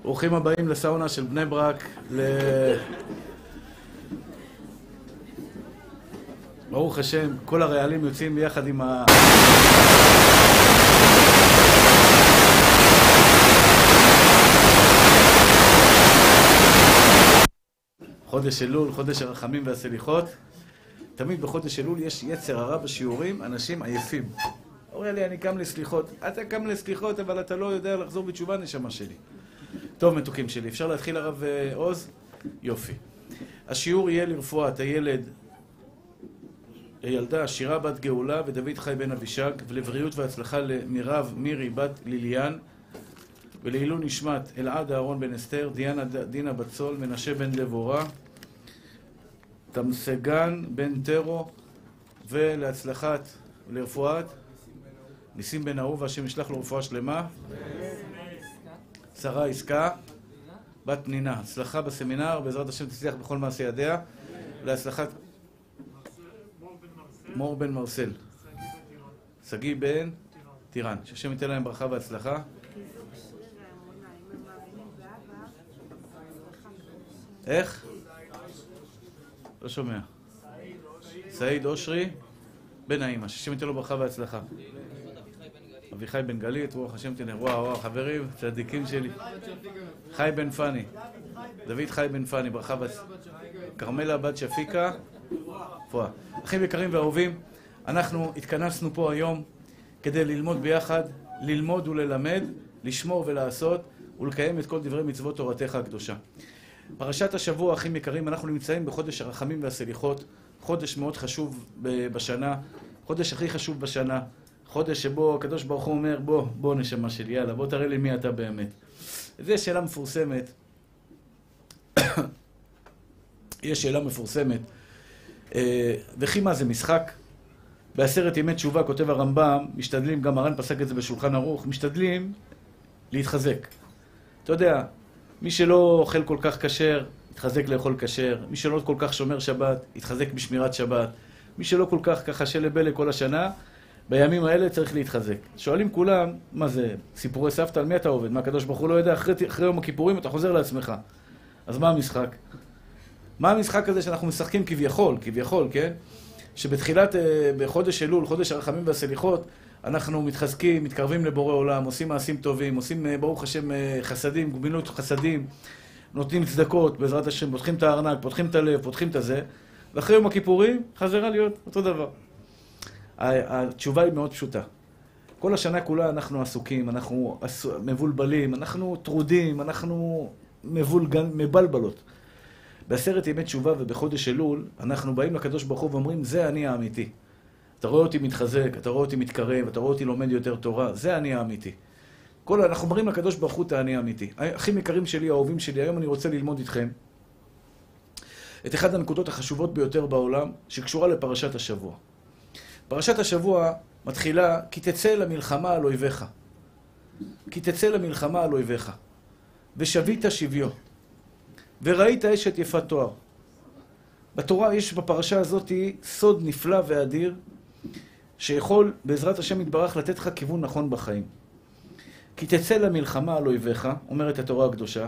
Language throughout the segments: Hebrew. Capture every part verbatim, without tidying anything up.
ברוכים הבאים לסאונה של בני ברק, ל... ברוך השם, כל הרעלים יוצאים ביחד עם ה... חודש אלול, חודש הרחמים והסליחות. תמיד בחודש אלול יש יצר הרע בשיעורים, אנשים עייפים. אומר לי, אני קם לסליחות. אתה קם לסליחות, אבל אתה לא יודע לחזור בתשובה, נשמה שלי. טוב, מתוקים שלי, אפשר להתחיל הרב עוז? יופי. השיעור יהיה לרפואת הילד, הילדה שירה בת גאולה ודוד חי בן אבישג, ולבריאות והצלחה למירב מירי בת ליליאן, ולעילוי נשמת אלעד אהרון בן אסתר, דיאנה דינה בת סול, מנשה בן דבורה, תמסגן בן טרו, ולהצלחת ולרפואת ניסים בן אהוב, והשם ישלח לו רפואה שלמה. שרה עסקה בת פנינה, הצלחה בסמינר, בעזרת השם תצליח בכל מעשה ידיה. להצלחת מור בן מרסל, סגי בן טירן, שהשם ייתן להם ברכה והצלחה. איך? לא שומע. סעיד אושרי בן האמא, שהשם ייתן לו ברכה והצלחה. אביחי בן גלית, ברוך השם תנא, וואו וואו חברים, צדיקים שלי. חי בן פני, דוד חי בן פני, ברכה והצלחה. כרמלה בת שפיקה, פואה. אחים יקרים ואהובים, אנחנו התכנסנו פה היום כדי ללמוד ביחד, ללמוד וללמד, לשמור ולעשות ולקיים את כל דברי מצוות תורתך הקדושה. פרשת השבוע, אחים יקרים, אנחנו נמצאים בחודש הרחמים והסליחות, חודש מאוד חשוב בשנה, חודש הכי חשוב בשנה, חודש שבו הקדוש ברוך הוא אומר, בוא, בוא נשמה שלי, יאללה, בוא תראה לי מי אתה באמת. זו שאלה מפורסמת. יש שאלה מפורסמת. וכי מה זה משחק? בעשרת ימי תשובה, כותב הרמב"ם, משתדלים, גם הר"ן פסק את זה בשולחן ערוך, משתדלים להתחזק. אתה יודע, מי שלא אוכל כל כך כשר, יתחזק לאכול כשר. מי שלא כל כך שומר שבת, יתחזק בשמירת שבת. מי שלא כל כך ככה שלבלה כל השנה, בימים האלה צריך להתחזק. שואלים כולם, מה זה, סיפורי סבתא, על מי אתה עובד? מה הקדוש ברוך הוא לא יודע? אחרי, אחרי יום הכיפורים אתה חוזר לעצמך. אז מה המשחק? מה המשחק הזה שאנחנו משחקים כביכול, כביכול, כן? שבתחילת, בחודש אלול, חודש הרחמים והסליחות, אנחנו מתחזקים, מתקרבים לבורא עולם, עושים מעשים טובים, עושים ברוך השם חסדים, גמילות חסדים, נותנים צדקות, בעזרת השם, פותחים את הארנק, פותחים את הלב, פותחים את הזה, ואחרי יום הכיפורים חזרה להיות אותו דבר. התשובה היא מאוד פשוטה. כל השנה כולה אנחנו עסוקים, אנחנו מבולבלים, אנחנו טרודים, אנחנו מבולגן, מבלבלות. בעשרת ימי תשובה ובחודש אלול, אנחנו באים לקדוש ברוך הוא ואומרים, זה אני האמיתי. אתה רואה אותי מתחזק, אתה רואה אותי מתקרב, אתה רואה אותי לומד יותר תורה, זה אני האמיתי. כל, אנחנו אומרים לקדוש ברוך הוא, אתה אני האמיתי. אחים יקרים שלי, האהובים שלי, היום אני רוצה ללמוד איתכם את אחת הנקודות החשובות ביותר בעולם, שקשורה לפרשת השבוע. פרשת השבוע מתחילה, כי תצא למלחמה על אויביך. כי תצא למלחמה על אויביך. ושבית שביו. וראית אשת יפת תואר. בתורה יש בפרשה הזאת סוד נפלא ואדיר, שיכול בעזרת השם יתברך לתת לך כיוון נכון בחיים. כי תצא למלחמה על אויביך, אומרת התורה הקדושה,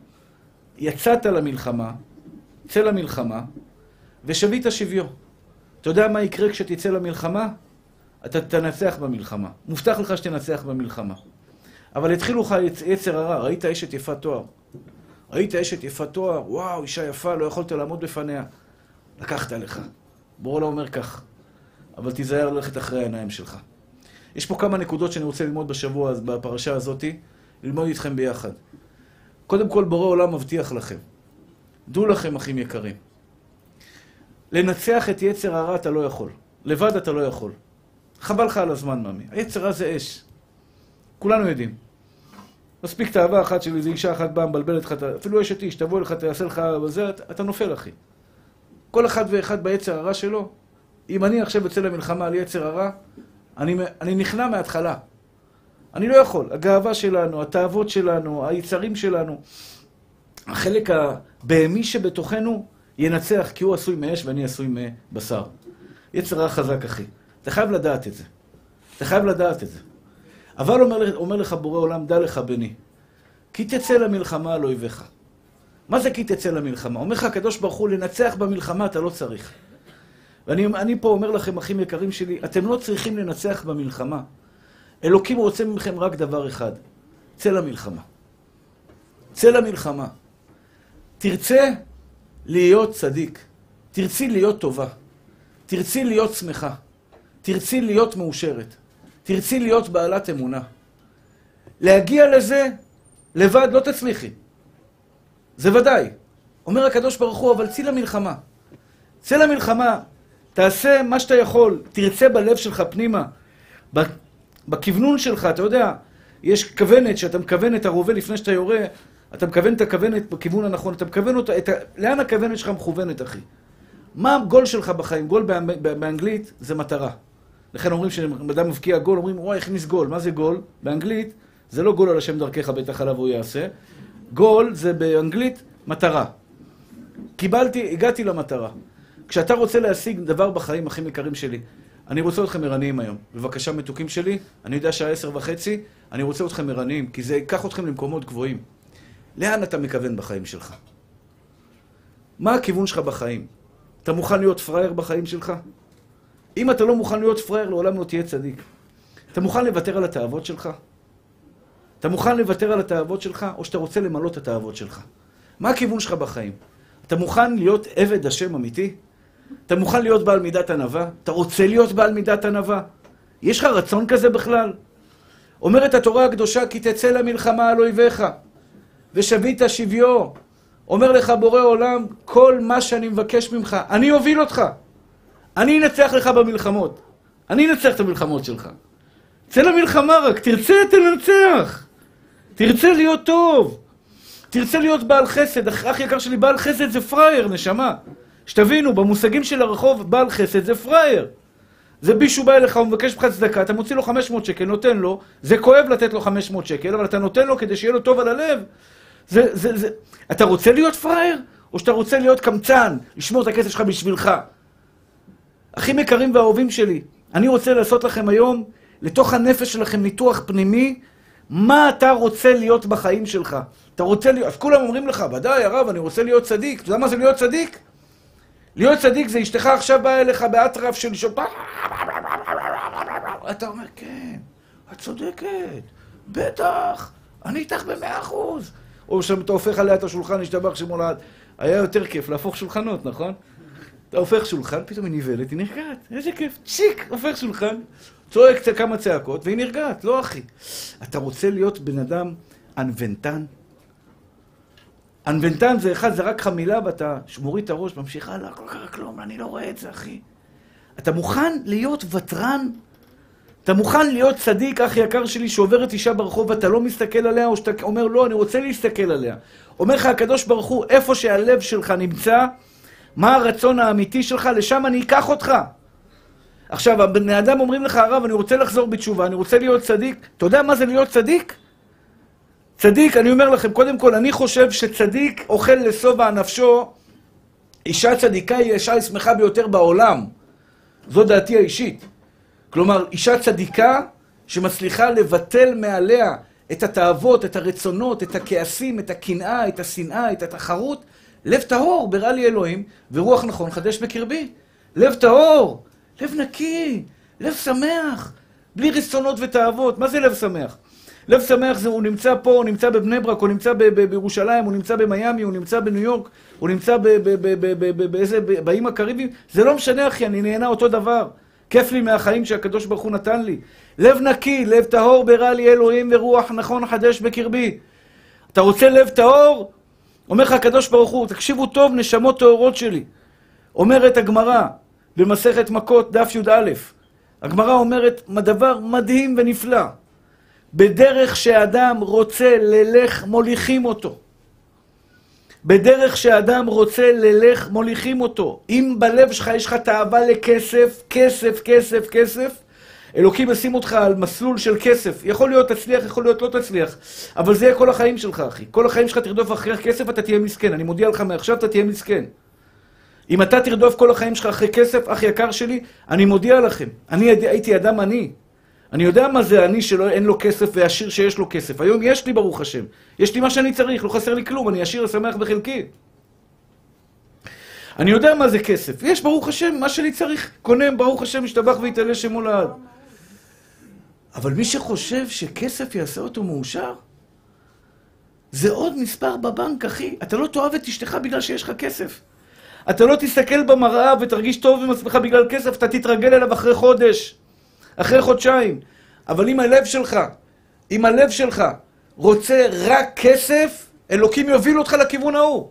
יצאת למלחמה, צא למלחמה, ושבית שביו. אתה יודע מה יקרה כשתצא למלחמה? אתה תנצח במלחמה. מובטח לך שתנצח במלחמה. אבל התחילו לך יצר הרע, ראית אשת יפת תואר. ראית אשת יפת תואר, וואו, אישה יפה, לא יכולת לעמוד בפניה. לקחת לך. בורא לה אומר כך. אבל תיזהר ללכת אחרי העיניים שלך. יש פה כמה נקודות שאני רוצה ללמוד בשבוע, בפרשה הזאת, ללמוד איתכם ביחד. קודם כל, בורא עולם מבטיח לכם. דעו לכם, אחים יקרים. לנצח את יצר הרע אתה לא יכול. לבד אתה לא יכול. חבל לך על הזמן, מאמי. היצר הרע זה אש. כולנו יודעים. מספיק תאווה אחת שלי, זו אישה אחת באה, מבלבלת לך, אפילו יש איש, תבוא לך, תעשה לך בזה, אתה נופל, אחי. כל אחד ואחד ביצר הרע שלו, אם אני עכשיו יוצא למלחמה על יצר הרע, אני, אני נכנע מההתחלה. אני לא יכול. הגאווה שלנו, התאוות שלנו, היצרים שלנו, החלק הבהמי שבתוכנו ינצח, כי הוא עשוי מאש ואני עשוי מבשר. יצר הרע חזק, אחי. אתה חייב לדעת את זה. אתה חייב לדעת את זה. אבל אומר, אומר לך בורא עולם, דע לך בני, כי תצא למלחמה על אויביך. מה זה כי תצא למלחמה? אומר לך הקדוש ברוך הוא, לנצח במלחמה אתה לא צריך. ואני אני פה אומר לכם, אחים יקרים שלי, אתם לא צריכים לנצח במלחמה. אלוקים רוצה ממכם רק דבר אחד, צא למלחמה. צא למלחמה. תרצה להיות צדיק, תרצי להיות טובה, תרצי להיות שמחה, תרצי להיות מאושרת, תרצי להיות בעלת אמונה. להגיע לזה לבד לא תצליחי. זה ודאי. אומר הקדוש ברוך הוא, אבל צא למלחמה. צא למלחמה, תעשה מה שאתה יכול, תרצה בלב שלך פנימה, בכוונון שלך, אתה יודע, יש כוונת, שאתה מכוון את הרובה לפני שאתה יורה, אתה מכוון את הכוונת בכיוון הנכון, אתה מכוון אותה, את ה... לאן הכוונת שלך מכוונת, אחי? מה הגול שלך בחיים? גול באנגלית זה מטרה. לכן אומרים שאדם מבקיע גול, אומרים, וואי, הכניס גול. מה זה גול? באנגלית זה לא גול על השם דרכך בטח עליו הוא יעשה. גול זה באנגלית מטרה. קיבלתי, הגעתי למטרה. כשאתה רוצה להשיג דבר בחיים, אחים יקרים שלי, אני רוצה אתכם ערניים היום. בבקשה, מתוקים שלי, אני יודע שעה עשר וחצי, אני רוצה אתכם ערניים, כי זה ייקח אתכם למקומות גבוהים. לאן אתה מכוון בחיים שלך? מה הכיוון שלך בחיים? אתה מוכן להיות פראייר בחיים שלך? אם אתה לא מוכן להיות פראייר, לעולם לא תהיה צדיק. אתה מוכן לוותר על התאוות שלך? אתה מוכן לוותר על התאוות שלך, או שאתה רוצה למלא את התאוות שלך? מה הכיוון שלך בחיים? אתה מוכן להיות עבד השם אמיתי? אתה מוכן להיות בעל מידת ענווה? אתה רוצה להיות בעל מידת ענווה? יש לך רצון כזה בכלל? אומרת התורה הקדושה, כי תצא למלחמה על אויביך, ושבית שביו. אומר לך בורא עולם, כל מה שאני מבקש ממך, אני אוביל אותך. אני אנצח לך במלחמות. אני אנצח את המלחמות שלך. צא למלחמה רק, תרצה תנצח. תרצה להיות טוב. תרצה להיות בעל חסד. אח יקר שלי, בעל חסד זה פראייר, נשמה. שתבינו, במושגים של הרחוב, בעל חסד זה פראייר. זה בישהו בא אליך, הוא מבקש ממך צדקה, אתה מוציא לו חמש מאות שקל, נותן לו, זה כואב לתת לו חמש מאות שקל, אבל אתה נותן לו כדי שיהיה לו טוב על הלב. זה, זה, זה... אתה רוצה להיות פראייר? או שאתה רוצה להיות קמצן, לשמור את הכסף שלך בשבילך? אחים יקרים ואהובים שלי, אני רוצה לעשות לכם היום, לתוך הנפש שלכם ניתוח פנימי, מה אתה רוצה להיות בחיים שלך. אתה רוצה להיות, אז כולם אומרים לך, ודאי הרב, אני רוצה להיות צדיק. אתה יודע מה זה להיות צדיק? להיות צדיק זה אשתך עכשיו באה אליך באטרף של שופע. אתה אומר, כן, את צודקת, בטח, אני איתך במאה אחוז. או שאתה הופך עליה את השולחן, השתבח שמולד. היה יותר כיף להפוך שולחנות, נכון? אתה הופך שולחן, פתאום היא ניבלת, היא נרגעת. איזה כיף, צ'יק, הופך שולחן. צועק כמה צעקות, והיא נרגעת, לא אחי. אתה רוצה להיות בן אדם אנוונטן? אנוונטן זה אחד, זה רק חמילה, ואתה מוריד את הראש, ממשיכה, לא, כל כך כלום, אני לא רואה את זה, אחי. אתה מוכן להיות וטרן? אתה מוכן להיות צדיק, אח יקר שלי, שעוברת אישה ברחוב, ואתה לא מסתכל עליה, או שאתה אומר, לא, אני רוצה להסתכל עליה. אומר לך הקדוש ברוך הוא, איפה שהלב שלך נמצא, מה הרצון האמיתי שלך, לשם אני אקח אותך. עכשיו, הבני אדם אומרים לך, הרב, אני רוצה לחזור בתשובה, אני רוצה להיות צדיק. אתה יודע מה זה להיות צדיק? צדיק, אני אומר לכם, קודם כל, אני חושב שצדיק אוכל לשובע נפשו, אישה צדיקה היא האישה השמחה ביותר בעולם. זו דעתי האישית. כלומר, אישה צדיקה שמצליחה לבטל מעליה את התאוות, את הרצונות, את הכעסים, את הקנאה, את השנאה, את התחרות. לב טהור, ברא לי אלוהים, ורוח נכון חדש בקרבי. לב טהור, לב נקי, לב שמח, בלי רצונות ותאוות. מה זה לב שמח? לב שמח זה הוא נמצא פה, הוא נמצא בבני ברק, הוא נמצא ב- ב- בירושלים, הוא נמצא במיימי, הוא נמצא בניו יורק, הוא נמצא באיזה, באיים הקריביים. זה לא משנה אחי, אני נהנה אותו דבר. כיף לי מהחיים שהקדוש ברוך הוא נתן לי. לב נקי, לב טהור ברא לי אלוהים ורוח נכון חדש בקרבי. אתה רוצה לב טהור? אומר לך הקדוש ברוך הוא, תקשיבו טוב נשמות טהורות שלי. אומרת הגמרא במסכת מכות דף י"א. הגמרא אומרת דבר מדהים ונפלא. בדרך שאדם רוצה ללך מוליכים אותו. בדרך שאדם רוצה ללך מוליכים אותו. אם בלב שלך יש לך תאווה לכסף, כסף, כסף, כסף, אלוקים ישים אותך על מסלול של כסף. יכול להיות תצליח, יכול להיות לא תצליח. אבל זה יהיה כל החיים שלך, אחי. כל החיים שלך תרדוף אחרי כסף, אתה תהיה מסכן. אני מודיע לך מעכשיו, אתה תהיה מסכן. אם אתה תרדוף כל החיים שלך אחרי כסף, אח יקר שלי, אני מודיע לכם. אני הייתי אדם עני. אני יודע מה זה אני שאין לו כסף ועשיר שיש לו כסף. היום יש לי ברוך השם. יש לי מה שאני צריך, לא חסר לי כלום, אני עשיר ושמח בחלקי. אני יודע מה זה כסף. יש ברוך השם, מה שאני צריך, קונה ברוך השם, משתבח ויתעלה שמו לעד. אבל מי שחושב שכסף יעשה אותו מאושר, זה עוד מספר בבנק, אחי. אתה לא תאהב את אשתך בגלל שיש לך כסף. אתה לא תסתכל במראה ותרגיש טוב עם עצמך בגלל כסף, אתה תתרגל אליו אחרי חודש, אחרי חודשיים. אבל אם הלב שלך, אם הלב שלך רוצה רק כסף, אלוקים יוביל אותך לכיוון ההוא.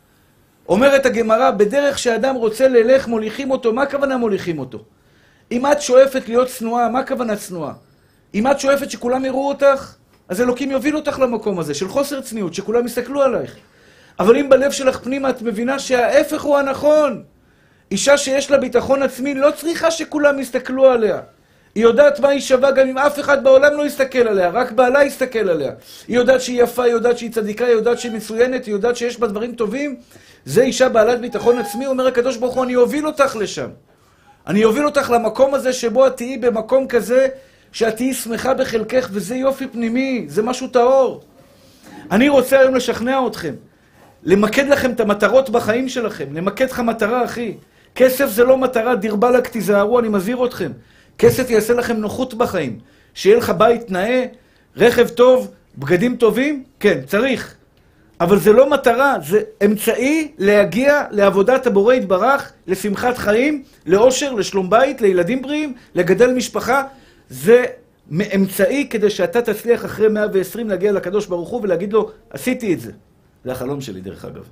אומרת הגמרא, בדרך שאדם רוצה ללך מוליכים אותו, מה הכוונה מוליכים אותו? אם את שואפת להיות צנועה, מה הכוונה צנועה? אם את שואפת שכולם יראו אותך, אז אלוקים יוביל אותך למקום הזה, של חוסר צניעות, שכולם יסתכלו עלייך. אבל אם בלב שלך פנימה את מבינה שההפך הוא הנכון, אישה שיש לה ביטחון עצמי לא צריכה שכולם יסתכלו עליה. היא יודעת מה היא שווה גם אם אף אחד בעולם לא יסתכל עליה, רק בעלה יסתכל עליה. היא יודעת שהיא יפה, היא יודעת שהיא צדיקה, היא יודעת שהיא מצוינת, היא יודעת שיש בה דברים טובים. זה אישה בעלת ביטחון עצמי, אומר הקדוש ברוך הוא, אני אוביל אותך לשם. אני אוביל אותך למקום הזה שבו את תהיי במקום כזה, שאת תהיי שמחה בחלקך, וזה יופי פנימי, זה משהו טהור. אני רוצה היום לשכנע אתכם, למקד לכם את המטרות בחיים שלכם, למקד לך מטרה, אחי. כסף זה לא מטרה, דיר באלק, תיזהרו, אני מזהיר אתכם. כסף יעשה לכם נוחות בחיים. שיהיה לך בית נאה, רכב טוב, בגדים טובים, כן, צריך. אבל זה לא מטרה, זה אמצעי להגיע לעבודת הבורא יתברך, לשמחת חיים, לאושר, לשלום בית, לילדים בריאים, לגדל משפחה. זה אמצעי כדי שאתה תצליח אחרי מאה ועשרים להגיע לקדוש ברוך הוא ולהגיד לו, עשיתי את זה. זה החלום שלי דרך אגב.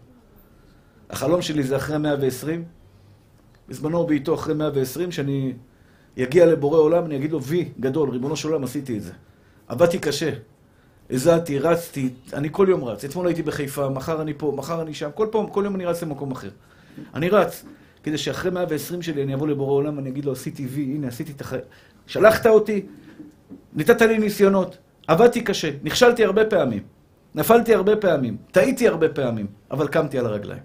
החלום שלי זה אחרי מאה ועשרים. בזמנו בעיתו אחרי מאה ועשרים, שאני יגיע לבורא עולם, אני אגיד לו, וי גדול, ריבונו של עולם, עשיתי את זה. עבדתי קשה. הזעתי, רצתי, אני כל יום רץ. אתמול הייתי בחיפה, מחר אני פה, מחר אני שם. כל פעם, כל יום אני רץ למקום אחר. אני רץ, כדי שאחרי מאה ועשרים שלי אני אבוא לבורא עולם ואני אגיד לו, עשיתי וי, הנה, עשיתי את החיים. שלחת אותי, ניתת לי ניסיונות, עבדתי קשה, נכשלתי הרבה פעמים, נפלתי הרבה פעמים, טעיתי הרבה פעמים, אבל קמתי על הרגליים.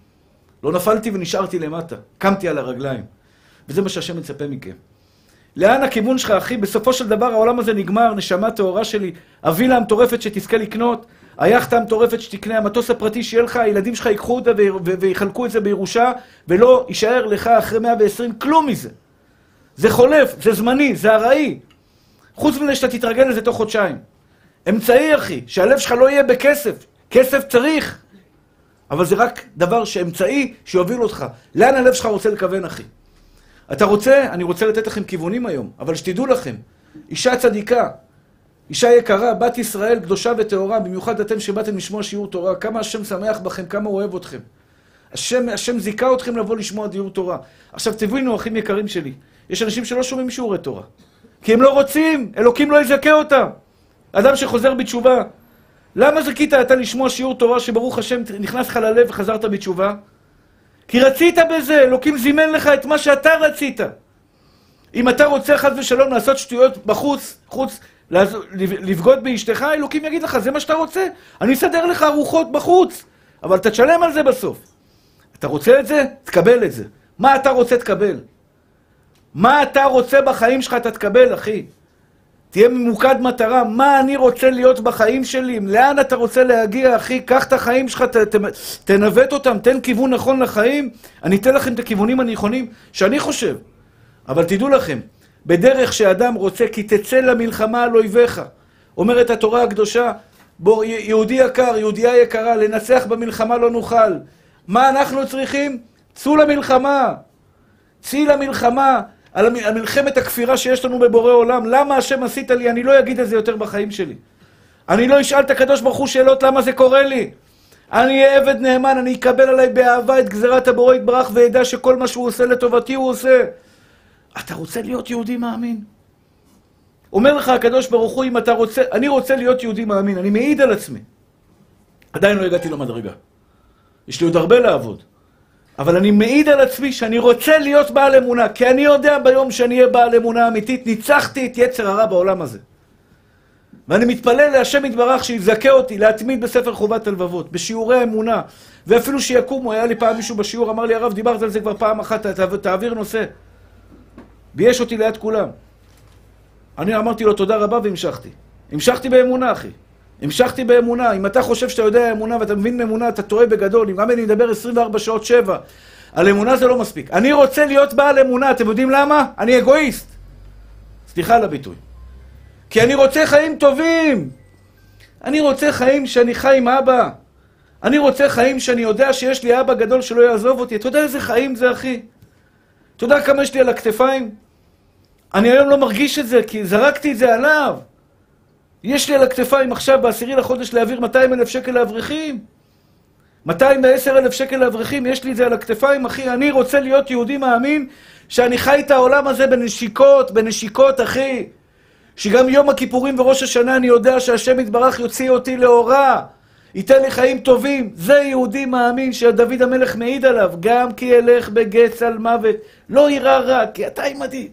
לא נפלתי ונשארתי למטה, קמתי על הרגליים. וזה מה שהשם מצפה מכם. לאן הכיוון שלך, אחי? בסופו של דבר העולם הזה נגמר, נשמה טהורה שלי, הווילה המטורפת שתזכה לקנות, היחטה המטורפת שתקנה, המטוס הפרטי שיהיה לך, הילדים שלך ייקחו אותה ויחלקו את זה בירושה, ולא יישאר לך אחרי מאה ועשרים כלום מזה. זה חולף, זה זמני, זה הראי. חוץ מזה שאתה תתרגל לזה תוך חודשיים. אמצעי, אחי, שהלב שלך לא יהיה בכסף. כסף צריך. אבל זה רק דבר שאמצעי שיוביל אותך. לאן הלב שלך רוצה לכוון, אחי? אתה רוצה, אני רוצה לתת לכם כיוונים היום, אבל שתדעו לכם, אישה צדיקה, אישה יקרה, בת ישראל, קדושה וטהורה, במיוחד אתם שבאתם לשמוע שיעור תורה, כמה השם שמח בכם, כמה הוא אוהב אתכם. השם, השם זיכה אתכם לבוא לשמוע דיור תורה. עכשיו תבינו, אחים יקרים שלי, יש אנשים שלא שומעים שיעורי תורה, כי הם לא רוצים, אלוקים לא יזכה אותם. אדם שחוזר בתשובה, למה זכית אתה לשמוע שיעור תורה שברוך השם נכנס לך ללב וחזרת בתשובה? כי רצית בזה, אלוקים זימן לך את מה שאתה רצית. אם אתה רוצה חס ושלום לעשות שטויות בחוץ, חוץ, לבגוד באשתך, אלוקים יגיד לך, זה מה שאתה רוצה? אני אסדר לך ארוחות בחוץ, אבל אתה תשלם על זה בסוף. אתה רוצה את זה? תקבל את זה. מה אתה רוצה תקבל? מה אתה רוצה בחיים שלך אתה תקבל, אחי? תהיה ממוקד מטרה, מה אני רוצה להיות בחיים שלי? לאן אתה רוצה להגיע, אחי? קח את החיים שלך, ת, ת, תנווט אותם, תן כיוון נכון לחיים. אני אתן לכם את הכיוונים הנכונים שאני חושב. אבל תדעו לכם, בדרך שאדם רוצה, כי תצא למלחמה על אויביך. אומרת התורה הקדושה, בוא, יהודי יקר, יהודייה יקרה, לנצח במלחמה לא נוכל. מה אנחנו צריכים? צאו למלחמה. צאי למלחמה. על מלחמת הכפירה שיש לנו בבורא עולם. למה השם עשית לי? אני לא אגיד את זה יותר בחיים שלי. אני לא אשאל את הקדוש ברוך הוא שאלות למה זה קורה לי. אני אהיה עבד נאמן, אני אקבל עליי באהבה את גזירת הבורא יתברך וידע שכל מה שהוא עושה לטובתי הוא עושה. אתה רוצה להיות יהודי מאמין? אומר לך הקדוש ברוך הוא, אם אתה רוצה, אני רוצה להיות יהודי מאמין, אני מעיד על עצמי. עדיין לא הגעתי למדרגה. יש לי עוד הרבה לעבוד. אבל אני מעיד על עצמי שאני רוצה להיות בעל אמונה, כי אני יודע ביום שאני אהיה בעל אמונה אמיתית, ניצחתי את יצר הרע בעולם הזה. ואני מתפלל להשם יתברך שיזכה אותי להתמיד בספר חובת הלבבות, בשיעורי האמונה, ואפילו שיקומו, היה לי פעם מישהו בשיעור, אמר לי, הרב, דיברת על זה כבר פעם אחת, תעביר נושא. ויש אותי ליד כולם. אני אמרתי לו תודה רבה והמשכתי. המשכתי באמונה, אחי. המשכתי באמונה. אם אתה חושב שאתה יודע אמונה ואתה מבין מאמונה, אתה טועה בגדול. אם גם אני מדבר עשרים וארבע שעות שבע, על אמונה זה לא מספיק. אני רוצה להיות בעל אמונה, אתם יודעים למה? אני אגואיסט. סליחה על הביטוי. כי אני רוצה חיים טובים. אני רוצה חיים שאני חי עם אבא. אני רוצה חיים שאני יודע שיש לי אבא גדול שלא יעזוב אותי. אתה יודע איזה חיים זה, אחי? אתה יודע כמה יש לי על הכתפיים? אני היום לא מרגיש את זה, כי זרקתי את זה עליו. יש לי על הכתפיים עכשיו בעשירי לחודש להעביר מאתיים אלף שקל לאברכים. מאתיים ועשר אלף שקל לאברכים, יש לי את זה על הכתפיים, אחי. אני רוצה להיות יהודי מאמין שאני חי את העולם הזה בנשיקות, בנשיקות, אחי. שגם יום הכיפורים וראש השנה אני יודע שהשם יתברך יוציא אותי לאורה. ייתן לי חיים טובים. זה יהודי מאמין שדוד המלך מעיד עליו. גם כי ילך בגץ על מוות. לא יראה רע, כי אתה עמדי.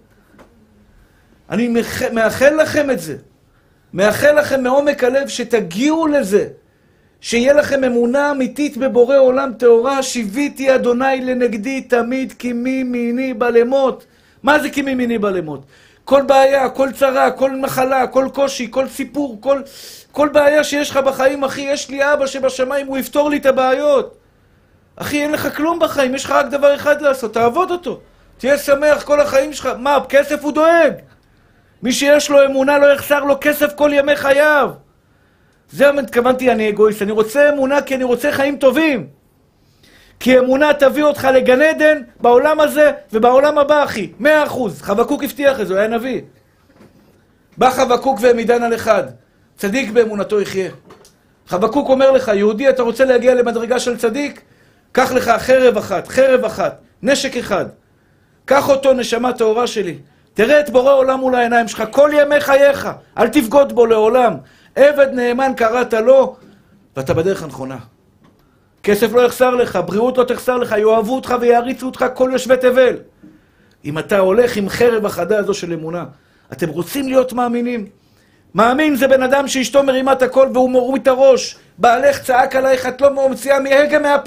אני מאחל לכם את זה. מאחל לכם מעומק הלב שתגיעו לזה. שיהיה לכם אמונה אמיתית בבורא עולם תאורה. שיוויתי אדוני לנגדי תמיד כי מי מיני בלמות. מה זה כי מי מיני בלמות? כל בעיה, כל צרה, כל מחלה, כל קושי, כל סיפור, כל, כל בעיה שיש לך בחיים, אחי, יש לי אבא שבשמיים, הוא יפתור לי את הבעיות. אחי, אין לך כלום בחיים, יש לך רק דבר אחד לעשות, תעבוד אותו. תהיה שמח כל החיים שלך. מה, כסף הוא דואג. מי שיש לו אמונה לא יחסר לו כסף כל ימי חייו. זה מה התכוונתי, אני אגואיסט. אני רוצה אמונה כי אני רוצה חיים טובים. כי אמונה תביא אותך לגן עדן בעולם הזה ובעולם הבא, אחי. מאה אחוז. חבקוק הבטיח את זה, הוא היה נביא. בא חבקוק והעמידן על אחד. צדיק באמונתו יחיה. חבקוק אומר לך, יהודי, אתה רוצה להגיע למדרגה של צדיק? קח לך חרב אחת, חרב אחת, נשק אחד. קח אותו, נשמה טהורה שלי. תראה את בורא עולם מול העיניים שלך, כל ימי חייך. אל תבגוד בו לעולם. עבד נאמן קראת לו, ואתה בדרך הנכונה. כסף לא יחסר לך, בריאות לא תחסר לך, יאהבו אותך ויעריצו אותך כל יושבי תבל. אם אתה הולך עם חרב החדה הזו של אמונה, אתם רוצים להיות מאמינים? מאמין זה בן אדם שאשתו מרימה את הכל והוא מוריד את הראש. בעלך צעק עלייך, את לא מוציאה מהגה מהפה.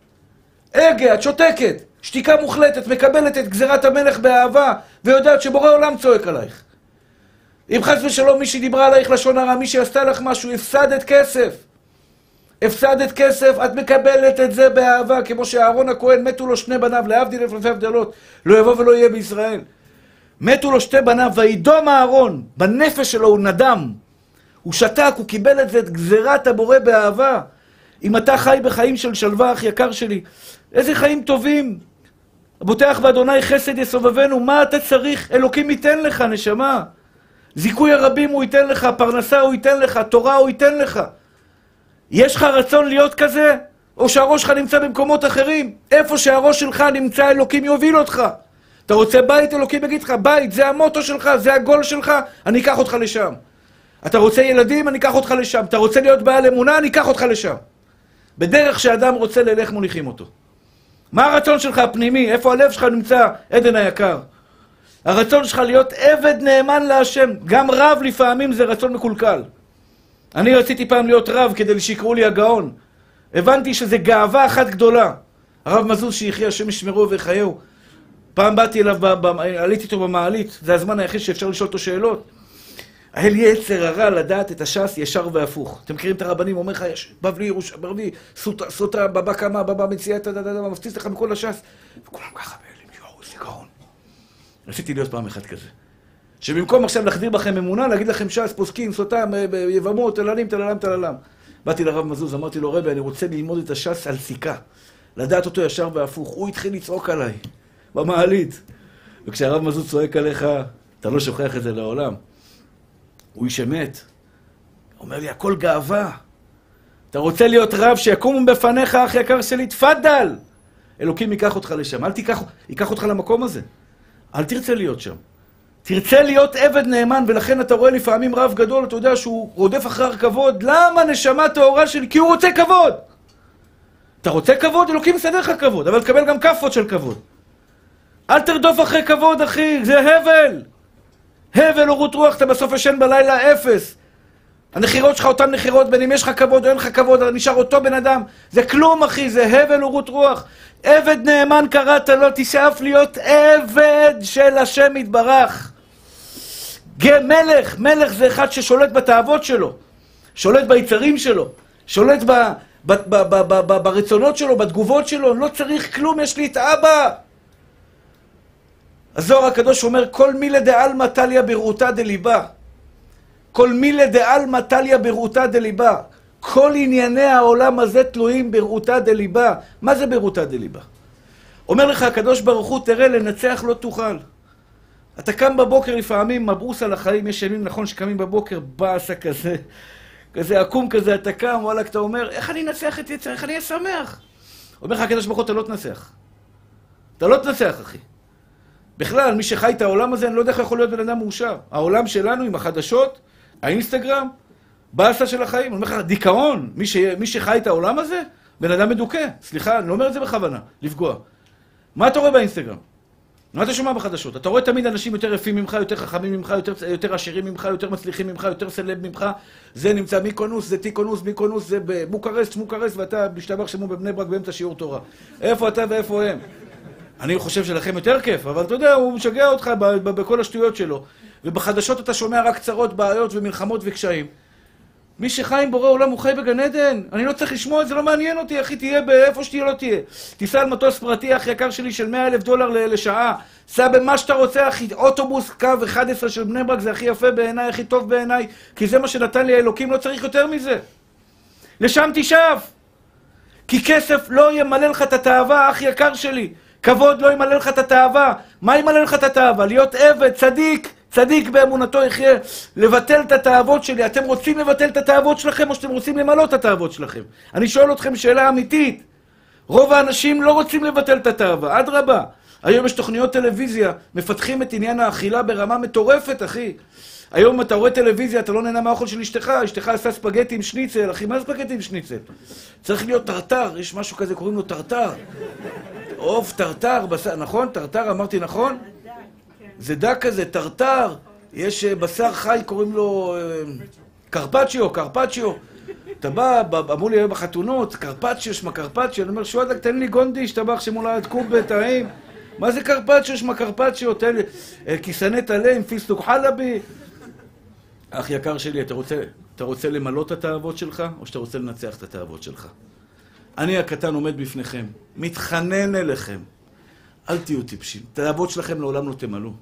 הגה, את שותקת. שתיקה מוחלטת, מקבלת את גזירת המלך באהבה, ויודעת שבורא עולם צועק עלייך. אם חס ושלום מישהי דיברה עלייך לשון הרע, מישהי עשתה לך משהו, הפסדת כסף. הפסדת כסף, את מקבלת את זה באהבה, כמו שאהרון הכהן, מתו לו שני בניו, להבדיל אלף אלפי הבדלות, לא יבוא ולא יהיה בישראל. מתו לו שתי בניו, וידום אהרון, בנפש שלו הוא נדם. הוא שתק, הוא קיבל את זה, את גזירת הבורא באהבה. אם אתה חי בחיים של שלווה, אח יקר שלי, איזה חיים טובים. הבוטח באדוני חסד יסובבנו, מה אתה צריך? אלוקים ייתן לך, נשמה. זיכוי הרבים הוא ייתן לך, פרנסה הוא ייתן לך, תורה הוא ייתן לך. יש לך רצון להיות כזה? או שהראש שלך נמצא במקומות אחרים? איפה שהראש שלך נמצא, אלוקים יוביל אותך. אתה רוצה בית, אלוקים יגיד לך, בית, זה המוטו שלך, זה הגול שלך, אני אקח אותך לשם. אתה רוצה ילדים, אני אקח אותך לשם. אתה רוצה להיות בעל אמונה, אני אקח אותך לשם. בדרך שאדם רוצה ללך מוליכים אותו. מה הרצון שלך הפנימי? איפה הלב שלך נמצא, עדן היקר? הרצון שלך להיות עבד נאמן להשם. גם רב לפעמים זה רצון מקולקל. אני רציתי פעם להיות רב כדי שיקראו לי הגאון. הבנתי שזה גאווה אחת גדולה. הרב מזוז שיחיה, השם ישמרו ויחייהו. פעם באתי אליו, עליתי איתו במעלית, זה הזמן היחיד שאפשר לשאול אותו שאלות. היה לי יצר הרע לדעת את הש"ס ישר והפוך. אתם מכירים את הרבנים, אומר לך, בבלי ירוש, בבלי, סוטה, בבא קמה, בבא מציאה, מפציץ לך מכל הש"ס. וכולם ככה באלים, יואו, זה גאון. רציתי להיות פעם אחד כזה. שבמקום עכשיו להחדיר בכם אמונה, להגיד לכם ש"ס, פוסקים, סוטה, יבמות, תללים, תללם, תללם. באתי לרב מזוז, אמרתי לו, רבי, אני רוצה ללמוד את הש"ס על סיכה. לדעת אותו ישר והפוך. הוא התחיל לצעוק עליי, במעלית. וכשהרב מזוז צועק עליך, אתה לא שוכח את זה לעולם. הוא איש אמת. הוא אומר לי, הכל גאווה. אתה רוצה להיות רב שיקום בפניך, אח יקר שלי, תפדל. אלוקים ייקח אותך לשם. אל תיקח, ייקח אותך למקום הזה. אל תרצה להיות שם. תרצה להיות עבד נאמן, ולכן אתה רואה לפעמים רב גדול, אתה יודע שהוא רודף אחר כבוד. למה נשמה טהורה שלי? כי הוא רוצה כבוד. אתה רוצה כבוד? אלוקים מסדר לך כבוד, אבל תקבל גם כפות של כבוד. אל תרדוף אחרי כבוד, אחי, זה הבל. הבל אורות רוח, אתה בסוף ישן בלילה אפס. הנחירות שלך אותן נחירות, בין אם יש לך כבוד או אין לך כבוד, נשאר אותו בן אדם. זה כלום, אחי, זה הבל אורות רוח. עבד נאמן קראת לו, תשאף להיות עבד של השם יתברך. מלך, מלך זה אחד ששולט בתאוות שלו, שולט ביצרים שלו, שולט ב, ב, ב, ב, ב, ב, ברצונות שלו, בתגובות שלו, לא צריך כלום, יש לי את אבא. הזוהר הקדוש אומר, כל מילה דעלמא תליא ברעותא דליבה. כל מילה דעלמא תליא ברעותא דליבה. כל ענייני העולם הזה תלויים ברעותא דליבה. מה זה ברעותא דליבה? אומר לך הקדוש ברוך הוא, תראה, לנצח לא תוכל. אתה קם בבוקר לפעמים, מברוס על החיים, יש ימים נכון שקמים בבוקר, באסה כזה, כזה עקום כזה, אתה קם, וואלה, אתה אומר, איך אני אנצח את יצר, איך אני אהיה שמח? אומר לך הקדוש ברוך הוא, אתה לא תנצח. אתה לא תנצח, אחי. בכלל, מי שחי את העולם הזה, אני לא יודע איך יכול להיות בן אדם מאושר. העולם שלנו עם החדשות, האינסטגרם, באסה של החיים, אני אומר לך, דיכאון, מי, ש... מי שחי את העולם הזה, בן אדם מדוכא. סליחה, אני לא אומר את זה בכוונה, לפגוע. מה אתה רואה באינסטגרם? מה אתה שומע בחדשות? אתה רואה תמיד אנשים יותר יפים ממך, יותר חכמים ממך, יותר, יותר עשירים ממך, יותר מצליחים ממך, יותר סלב ממך. זה נמצא מיקונוס, זה טיקונוס, מיקונוס, זה בבוקרסט, שמוקרסט, ואתה משתבח שמו בבני ברק באמצע שיעור תורה. איפה אתה ואיפה הם? אני חושב שלכם יותר כיף, אבל אתה יודע, הוא משגע אותך בכל השטויות שלו. ובחדשות אתה שומע רק צרות, בעיות ומלחמות וקשיים. מי שחי עם בורא עולם הוא חי בגן עדן. אני לא צריך לשמוע את זה, לא מעניין אותי, אחי, תהיה באיפה שתהיה, לא תהיה. תיסע על מטוס פרטי, אח יקר שלי, של מאה אלף דולר לשעה. סע במה שאתה רוצה, אחי. אוטובוס, קו אחד עשר של בני ברק, זה הכי יפה בעיניי, הכי טוב בעיניי, כי זה מה שנתן לי האלוקים, לא צריך יותר מזה. לשם תשאף. כי כסף לא ימלא לך את התאווה, אח יקר שלי. כבוד לא ימלא לך את התאווה. מה ימלא לך את התאווה? להיות עבד, צדיק. צדיק באמונתו יחיה, לבטל את התאוות שלי. אתם רוצים לבטל את התאוות שלכם או שאתם רוצים למלא את התאוות שלכם? אני שואל אתכם שאלה אמיתית. רוב האנשים לא רוצים לבטל את התאווה, אדרבה. היום יש תוכניות טלוויזיה, מפתחים את עניין האכילה ברמה מטורפת, אחי. היום אתה רואה טלוויזיה, אתה לא נהנה מהאוכל של אשתך, אשתך עשה ספגטי עם שניצל, אחי, מה ספגטי עם שניצל? צריך להיות טרטר, יש משהו כזה, קוראים לו טרטר. עוף, טרטר, בשר, נכון? טרטר, אמרתי נכון? זה דק כזה, טרטר, יש בשר חי, קוראים לו קרפצ'יו, קרפצ'יו. אתה בא, אמרו לי היום בחתונות, קרפצ'יו, שמה קרפצ'יו, אני אומר, שואלק, תן לי גונדי, שטבח שמולד קובה, טעים. מה זה קרפצ'יו, שמה קרפצ'יו, תן לי, כיסני טלה עם פיסטוק חלבי. אח יקר שלי, אתה רוצה, אתה רוצה למלא את התאוות שלך, או שאתה רוצה לנצח את התאוות שלך? אני הקטן עומד בפניכם, מתחנן אליכם. אל תהיו טיפשים, תאוות שלכם לעולם לא תמלאו.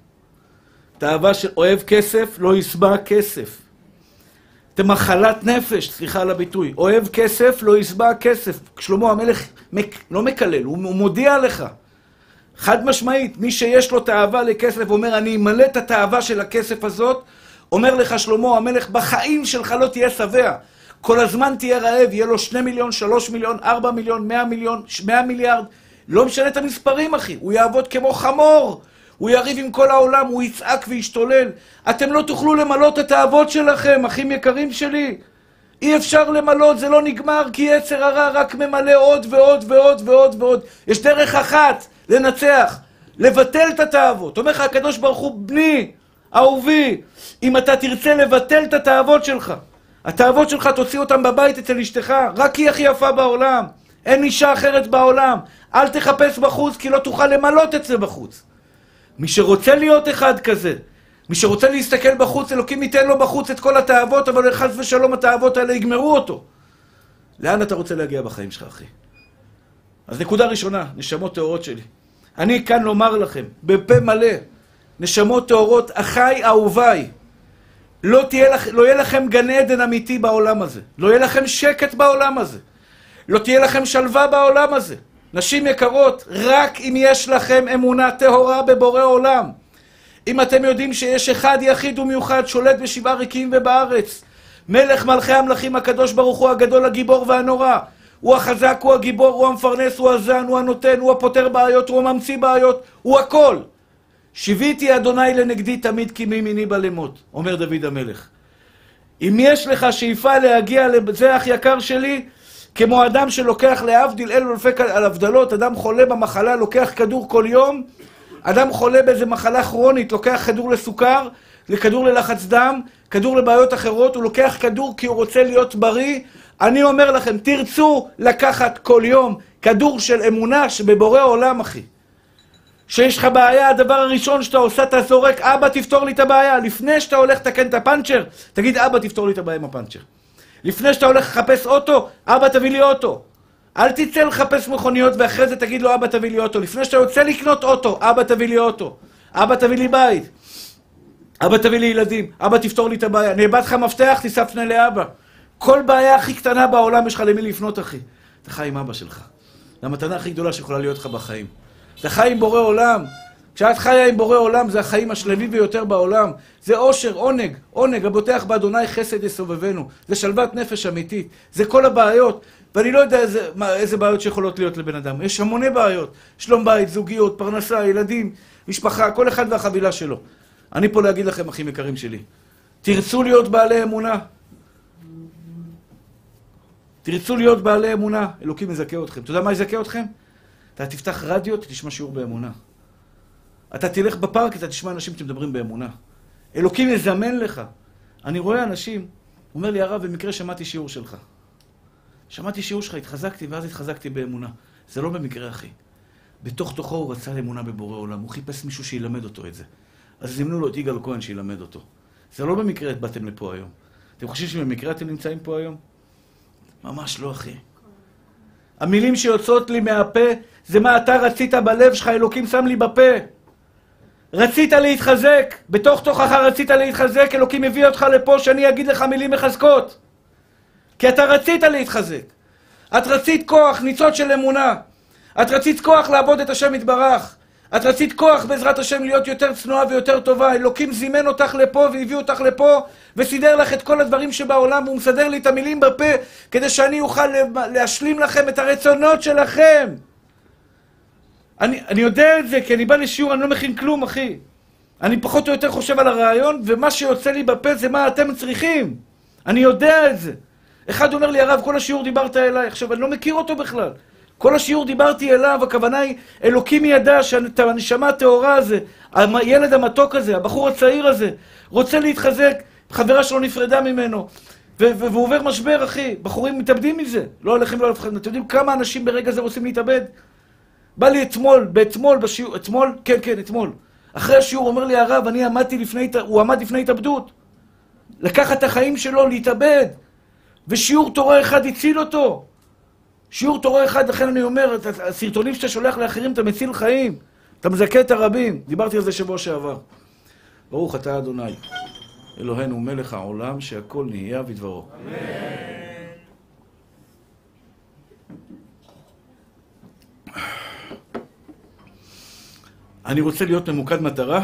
תאווה שאוהב כסף, לא ישבע כסף. אתם מחלת נפש, סליחה על הביטוי. אוהב כסף, לא ישבע כסף. שלמה המלך מק... לא מקלל, הוא, הוא מודיע לך. חד משמעית, מי שיש לו תאווה לכסף, אומר, אני אמלא את התאווה של הכסף הזאת, אומר לך שלמה המלך, בחיים שלך לא תהיה שבע. כל הזמן תהיה רעב, יהיה לו שני מיליון, שלוש מיליון, ארבע מיליון, מאה מיליון, מאה מיליארד. לא משנה את המספרים, אחי. הוא יעבוד כמו חמור. הוא יריב עם כל העולם, הוא יצעק וישתולל. אתם לא תוכלו למלא את התאוות שלכם, אחים יקרים שלי. אי אפשר למלא, זה לא נגמר, כי יצר הרע רק ממלא עוד ועוד ועוד ועוד ועוד. יש דרך אחת לנצח, לבטל את התאוות. אומר לך הקדוש ברוך הוא, בני, אהובי, אם אתה תרצה לבטל את התאוות שלך, התאוות שלך תוציא אותם בבית אצל אשתך, רק היא הכי יפה בעולם. אין אישה אחרת בעולם. אל תחפש בחוץ, כי לא תוכל למלות את זה בחוץ. מי שרוצה להיות אחד כזה, מי שרוצה להסתכל בחוץ, אלוקים ייתן לו בחוץ את כל התאוות, אבל חס ושלום התאוות האלה יגמרו אותו. לאן אתה רוצה להגיע בחיים שלך, אחי? אז נקודה ראשונה, נשמות טהורות שלי. אני כאן לומר לכם, בפה מלא, נשמות טהורות, אחיי אהוביי, לא, תהיה לכ... לא יהיה לכם גן עדן אמיתי בעולם הזה. לא יהיה לכם שקט בעולם הזה. לא תהיה לכם שלווה בעולם הזה. נשים יקרות, רק אם יש לכם אמונה טהורה בבורא עולם. אם אתם יודעים שיש אחד יחיד ומיוחד שולט בשבעה ריקים ובארץ, מלך מלכי המלכים הקדוש ברוך הוא הגדול, הגיבור והנורא. הוא החזק, הוא הגיבור, הוא המפרנס, הוא הזן, הוא הנותן, הוא הפותר בעיות, הוא הממציא בעיות, הוא הכל. שיביתי אדוני לנגדי תמיד כי מימיני בא למות, אומר דוד המלך. אם יש לך שאיפה להגיע לזה, אח יקר שלי, כמו אדם שלוקח להבדיל אלו אלפי על הבדלות, אדם חולה במחלה, לוקח כדור כל יום, אדם חולה באיזה מחלה כרונית, לוקח כדור לסוכר, לכדור ללחץ דם, כדור לבעיות אחרות, הוא לוקח כדור כי הוא רוצה להיות בריא. אני אומר לכם, תרצו לקחת כל יום כדור של אמונה שבבורא עולם, אחי. שיש לך בעיה, הדבר הראשון שאתה עושה, אתה זורק, אבא תפתור לי את הבעיה. לפני שאתה הולך לתקן את הפאנצ'ר, תגיד, אבא תפתור לי את הבעיה עם הפאנצ'ר. לפני שאתה הולך לחפש אוטו, אבא תביא לי אוטו. אל תצא לחפש מכוניות ואחרי זה תגיד לו, אבא תביא לי אוטו. לפני שאתה יוצא לקנות אוטו, אבא תביא לי אוטו. אבא תביא לי בית. אבא תביא לי ילדים. אבא תפתור לי את הבעיה. נאבד לך מפתח, תיסע פנה לאבא. כל בעיה הכי קטנה בעולם יש לך למי לפנות, אחי. אתה חי עם אבא שלך. זה המתנה הכי גדולה שיכולה להיות לך בחיים. אתה חי עם בורא עולם. כשאת חיה עם בורא עולם, זה החיים השלמים ביותר בעולם. זה אושר, עונג, עונג, הבוטח באדוני חסד יסובבנו. זה שלוות נפש אמיתית. זה כל הבעיות. ואני לא יודע איזה, מה, איזה בעיות שיכולות להיות לבן אדם. יש המוני בעיות. שלום בית, זוגיות, פרנסה, ילדים, משפחה, כל אחד והחבילה שלו. אני פה להגיד לכם, אחים יקרים שלי. תרצו להיות בעלי אמונה. תרצו להיות בעלי אמונה. אלוקים יזכה אתכם. אתה יודע מה יזכה אתכם? אתה תפתח רדיו, אתה תשמע שיעור באמונה. אתה תלך בפארק, אתה תשמע אנשים שמדברים באמונה. אלוקים יזמן לך. אני רואה אנשים, אומר לי הרב, במקרה שמעתי שיעור שלך. שמעתי שיעור שלך, התחזקתי, ואז התחזקתי באמונה. זה לא במקרה, אחי. בתוך תוכו הוא רצה לאמונה בבורא עולם. הוא חיפש מישהו שילמד אותו את זה. אז זימנו לו את יגאל כהן שילמד אותו. זה לא במקרה באתם לפה היום. אתם חושבים שבמקרה אתם נמצאים פה היום? ממש לא, אחי. המילים שיוצאות לי מהפה, זה מה אתה רצית בלב שלך, אלוקים שם לי בפה. רצית להתחזק, בתוך תוכך רצית להתחזק, אלוקים הביא אותך לפה שאני אגיד לך מילים מחזקות. כי אתה רצית להתחזק. את רצית כוח, ניצוץ של אמונה. את רצית כוח לעבוד את השם יתברך. את רצית כוח בעזרת השם להיות יותר צנועה ויותר טובה. אלוקים זימן אותך לפה והביא אותך לפה וסידר לך את כל הדברים שבעולם והוא מסדר לי את המילים בפה כדי שאני אוכל להשלים לכם את הרצונות שלכם. אני, אני יודע את זה כי אני בא לשיעור, אני לא מכין כלום, אחי. אני פחות או יותר חושב על הרעיון ומה שיוצא לי בפה זה מה אתם צריכים. אני יודע את זה. אחד אומר לי, הרב, כל השיעור דיברת אליי. עכשיו, אני לא מכיר אותו בכלל. כל השיעור דיברתי אליו, הכוונה היא, אלוקים ידע שהנשמה הטהורה הזה, הילד המתוק הזה, הבחור הצעיר הזה, רוצה להתחזק, חברה שלו נפרדה ממנו, והוא עובר משבר, אחי. בחורים מתאבדים מזה. לא הולכים, לא הולכים. אתם יודעים כמה אנשים ברגע זה רוצים להתאבד? בא לי אתמול, באתמול, בשיעור, אתמול, כן, כן, אתמול. אחרי השיעור אומר לי, הרב, אני עמדתי לפני, הוא עמד לפני התאבדות. לקחת את החיים שלו, להתאבד. ושיעור תורה אחד הציל אותו. שיעור תורה אחד, לכן אני אומר, הסרטונים שאתה שולח לאחרים, אתה מציל חיים. אתה מזכה את הרבים. דיברתי על זה שבוע שעבר. ברוך אתה אדוני, אלוהינו מלך העולם, שהכל נהיה בדברו. אמן. אני רוצה להיות ממוקד מטרה.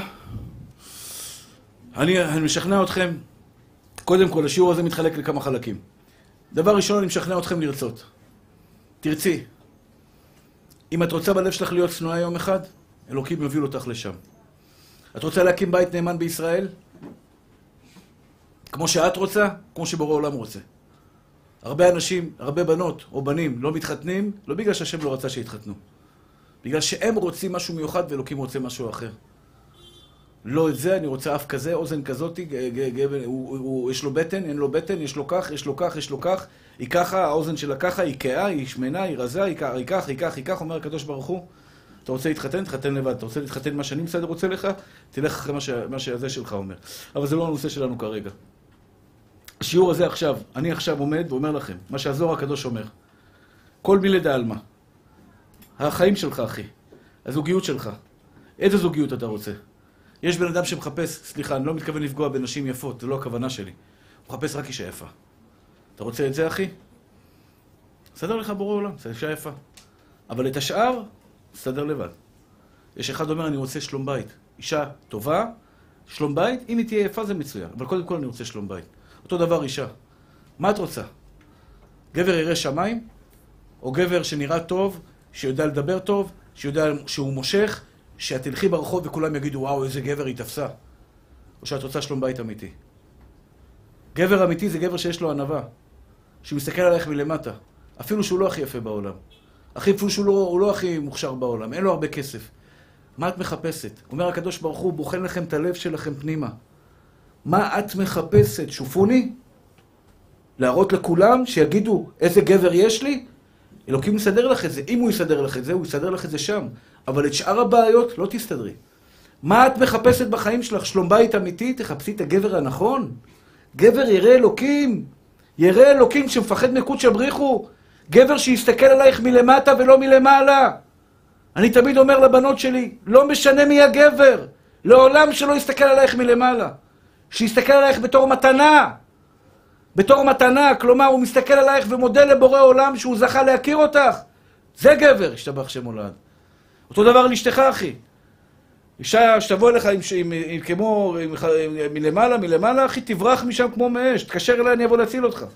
אני, אני משכנע אתכם, קודם כל, השיעור הזה מתחלק לכמה חלקים. דבר ראשון, אני משכנע אתכם לרצות. תרצי. אם את רוצה בלב שלך להיות צנועה יום אחד, אלוקים יוביל אותך לשם. את רוצה להקים בית נאמן בישראל? כמו שאת רוצה, כמו שבורא עולם רוצה. הרבה אנשים, הרבה בנות או בנים לא מתחתנים, לא בגלל שהשם לא רצה שיתחתנו. בגלל שהם רוצים משהו מיוחד ואלוקים רוצה משהו אחר. לא את זה, אני רוצה אף כזה, אוזן כזאת, הוא, הוא, יש לו בטן, אין לו בטן, יש לו כך, יש לו כך, יש לו כך, היא ככה, האוזן שלה ככה, היא קאה, היא שמנה, היא רזה, היא כך, היא כך, היא כך, היא כך, אומר הקדוש ברוך הוא, אתה רוצה להתחתן, תחתן לבד, אתה רוצה להתחתן מה שאני בסדר רוצה לך, תלך אחרי מה, ש... מה שזה שלך אומר. אבל זה לא הנושא שלנו כרגע. השיעור הזה עכשיו, אני עכשיו עומד ואומר לכם, מה שהזוהר הקדוש אומר, כל מילי דעלמא, החיים שלך, אחי, הזוגיות שלך, איזה זוגיות אתה רוצה? יש בן אדם שמחפש, סליחה, אני לא מתכוון לפגוע בנשים יפות, זה לא הכוונה שלי. הוא מחפש רק אישה יפה. אתה רוצה את זה, אחי? סדר לך בורא עולם, זה אישה יפה. אבל את השאר, סדר לבד. יש אחד אומר, אני רוצה שלום בית. אישה טובה, שלום בית, אם היא תהיה יפה זה מצוין. אבל קודם כל אני רוצה שלום בית. אותו דבר אישה. מה את רוצה? גבר ירא שמיים? או גבר שנראה טוב, שיודע לדבר טוב, שיודע שהוא מושך, שאת תלכי ברחוב וכולם יגידו, וואו, איזה גבר היא תפסה. או שאת רוצה שלום בית אמיתי. גבר אמיתי זה גבר שיש לו ענווה, שמסתכל עליך מלמטה, אפילו שהוא לא הכי יפה בעולם. אפילו שהוא לא, הוא לא הכי מוכשר בעולם, אין לו הרבה כסף. מה את מחפשת? אומר הקדוש ברוך הוא, בוחן לכם את הלב שלכם פנימה. מה את מחפשת? שופוני? להראות לכולם שיגידו איזה גבר יש לי? אלוקים יסדר לך את זה. אם הוא יסדר לך את זה, הוא יסדר לך את זה שם. אבל את שאר הבעיות לא תסתדרי. מה את מחפשת בחיים שלך? שלום בית אמיתי? תחפשי את הגבר הנכון. גבר ירא אלוקים. ירא אלוקים שמפחד מקודש הבריחו. גבר שיסתכל עלייך מלמטה ולא מלמעלה. אני תמיד אומר לבנות שלי, לא משנה מי הגבר. לעולם שלא יסתכל עלייך מלמעלה. שיסתכל עלייך בתור מתנה. בתור מתנה, כלומר הוא מסתכל עלייך ומודה לבורא עולם שהוא זכה להכיר אותך. זה גבר, השתבח שם הולד. אותו דבר לאשתך, אחי. אישה שתבוא אליך עם, עם, עם, כמו עם, עם, מלמעלה, מלמעלה, אחי, תברח משם כמו מאש. תקשר אליי, אני אבוא להציל אותך.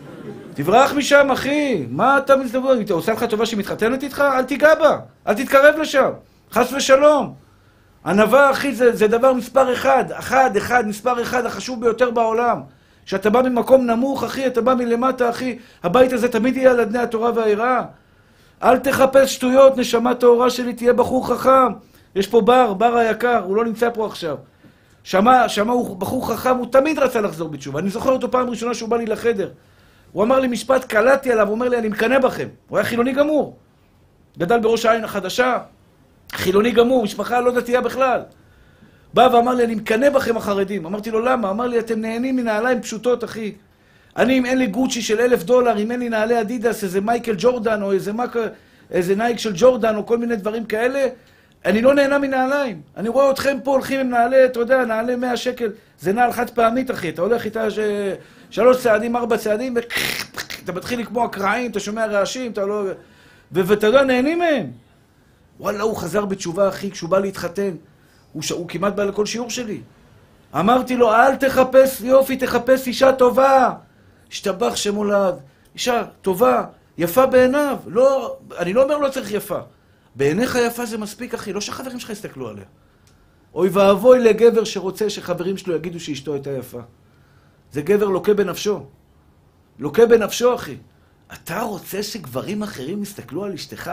תברח משם, אחי. מה אתה מסתבר? אתה עושה לך טובה שהיא מתחתנת איתך? אל תיגע בה. אל תתקרב לשם. חס ושלום. ענווה, אחי, זה, זה דבר מספר אחד. אחד, אחד, מספר אחד, החשוב ביותר בעולם. שאתה בא ממקום נמוך, אחי, אתה בא מלמטה, אחי. הבית הזה תמיד יהיה על אדני התורה והיראה. אל תחפש שטויות, נשמה טהורה שלי, תהיה בחור חכם. יש פה בר, בר היקר, הוא לא נמצא פה עכשיו. שמה, שמה הוא בחור חכם, הוא תמיד רצה לחזור בתשובה. אני זוכר אותו פעם ראשונה שהוא בא לי לחדר. הוא אמר לי משפט, קלטתי עליו, הוא אומר לי, אני מקנא בכם. הוא היה חילוני גמור. גדל בראש העין החדשה, חילוני גמור, משפחה לא דתייה בכלל. בא ואמר לי, אני מקנא בכם החרדים. אמרתי לו, למה? אמר לי, אתם נהנים מנעליים פשוטות, אחי. אני, אם אין לי גוצ'י של אלף דולר, אם אין לי נעלי אדידס, איזה מייקל ג'ורדן, או איזה, מק... איזה נייק של ג'ורדן, או כל מיני דברים כאלה, אני לא נהנה מנעליים. אני רואה אתכם פה הולכים עם נעלי, אתה יודע, נעלי מאה שקל. זה נעל חד פעמית, אחי. אתה הולך איתה ש... שלוש צעדים, ארבע צעדים, ו... אתה מתחיל כמו הקרעים, אתה שומע רעשים, אתה לא... ו... ואתה יודע, נהנים מהם. וואלה, הוא חזר בתשובה, אחי, כשהוא בא להתחתן. הוא, ש... הוא כמעט בא לכל שיעור שלי. אמרתי לו, אל תחפש יופי, תחפש אישה טובה. השתבח שמולד. אישה טובה, יפה בעיניו. לא... אני לא אומר לא צריך יפה. בעיניך יפה זה מספיק, אחי. לא שחברים שלך יסתכלו עליה. אוי ואבוי לגבר שרוצה שחברים שלו יגידו שאשתו הייתה יפה. זה גבר לוקה בנפשו. לוקה בנפשו, אחי. אתה רוצה שגברים אחרים יסתכלו על אשתך?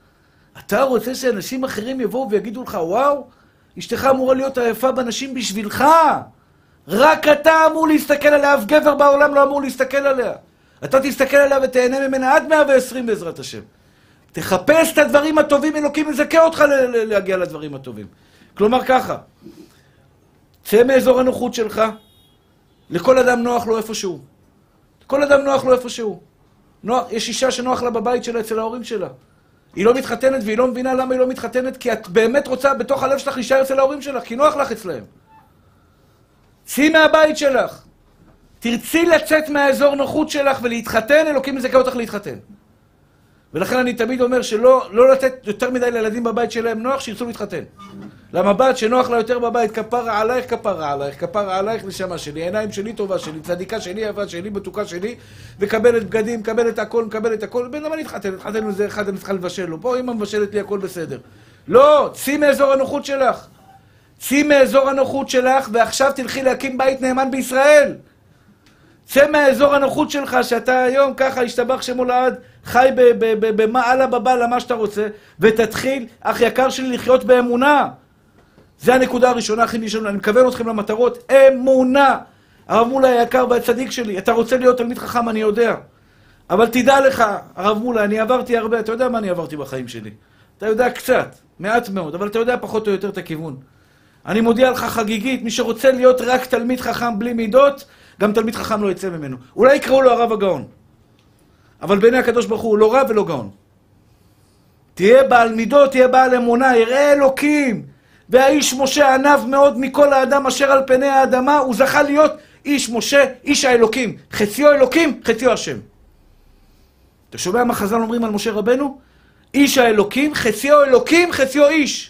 אתה רוצה שאנשים אחרים יבואו ויגידו לך, וואו, אשתך אמורה להיות היפה בנשים בשבילך. רק אתה אמור להסתכל עליה, אף גבר בעולם לא אמור להסתכל עליה. אתה תסתכל עליה ותהנה ממנה עד מאה ועשרים בעזרת השם. תחפש את הדברים הטובים, אלוקים יזכה אותך להגיע לדברים הטובים. כלומר ככה, צא מאזור הנוחות שלך, לכל אדם נוח לו איפשהו. לכל אדם נוח לו איפשהו. נוח, יש אישה שנוח לה בבית שלה אצל ההורים שלה. היא לא מתחתנת והיא לא מבינה למה היא לא מתחתנת, כי את באמת רוצה בתוך הלב שלך להישאר אצל ההורים שלך, כי נוח לך אצלהם. צאי מהבית שלך. תרצי לצאת מהאזור נוחות שלך ולהתחתן, אלוקים יזכה אותך להתחתן. ולכן אני תמיד אומר שלא לא לתת יותר מדי לילדים בבית שלהם נוח, שירצו להתחתן. למה בת שנוח לה יותר בבית, כפרה עלייך, כפרה עלייך, כפרה עלייך נשמה שלי, העיניים שלי טובה שלי, צדיקה שלי, יפה שלי, מתוקה שלי, וקבלת בגדים, קבלת הכל, קבלת הכל, למה נתחתן? נתחתן לזה אחד, אני צריכה לבשל לו. פה אמא מבשלת לי, הכל בסדר. לא, צאי מאזור הנוחות שלך. צאי מאזור הנוחות שלך, ועכשיו תלכי להקים בית נאמן בישראל. צא מהאזור הנוחות שלך, שאתה היום ככה השתבח שמולד, חי במעלה בבעלה, מה שאתה רוצה, ותתחיל, אח יקר שלי, לחיות באמונה. זה הנקודה הראשונה, אחים ישנו, אני מכוון אתכם למטרות, אמונה. הרב מולה היקר והצדיק שלי, אתה רוצה להיות תלמיד חכם, אני יודע. אבל תדע לך, הרב מולה, אני עברתי הרבה, אתה יודע מה אני עברתי בחיים שלי. אתה יודע קצת, מעט מאוד, אבל אתה יודע פחות או יותר את הכיוון. אני מודיע לך חגיגית, מי שרוצה להיות רק תלמיד חכם בלי מידות, גם תלמיד חכם לא יצא ממנו. אולי יקראו לו הרב הגאון. אבל בעיני הקדוש ברוך הוא לא רב ולא גאון. תהיה בעל מידות, תהיה בעל אמונה, יראה אלוקים. והאיש משה ענב מאוד מכל האדם אשר על פני האדמה, הוא זכה להיות איש משה, איש האלוקים. חציו אלוקים, חציו השם. אתה שומע מה חז"ל אומרים על משה רבנו? איש האלוקים, חציו אלוקים, חציו איש.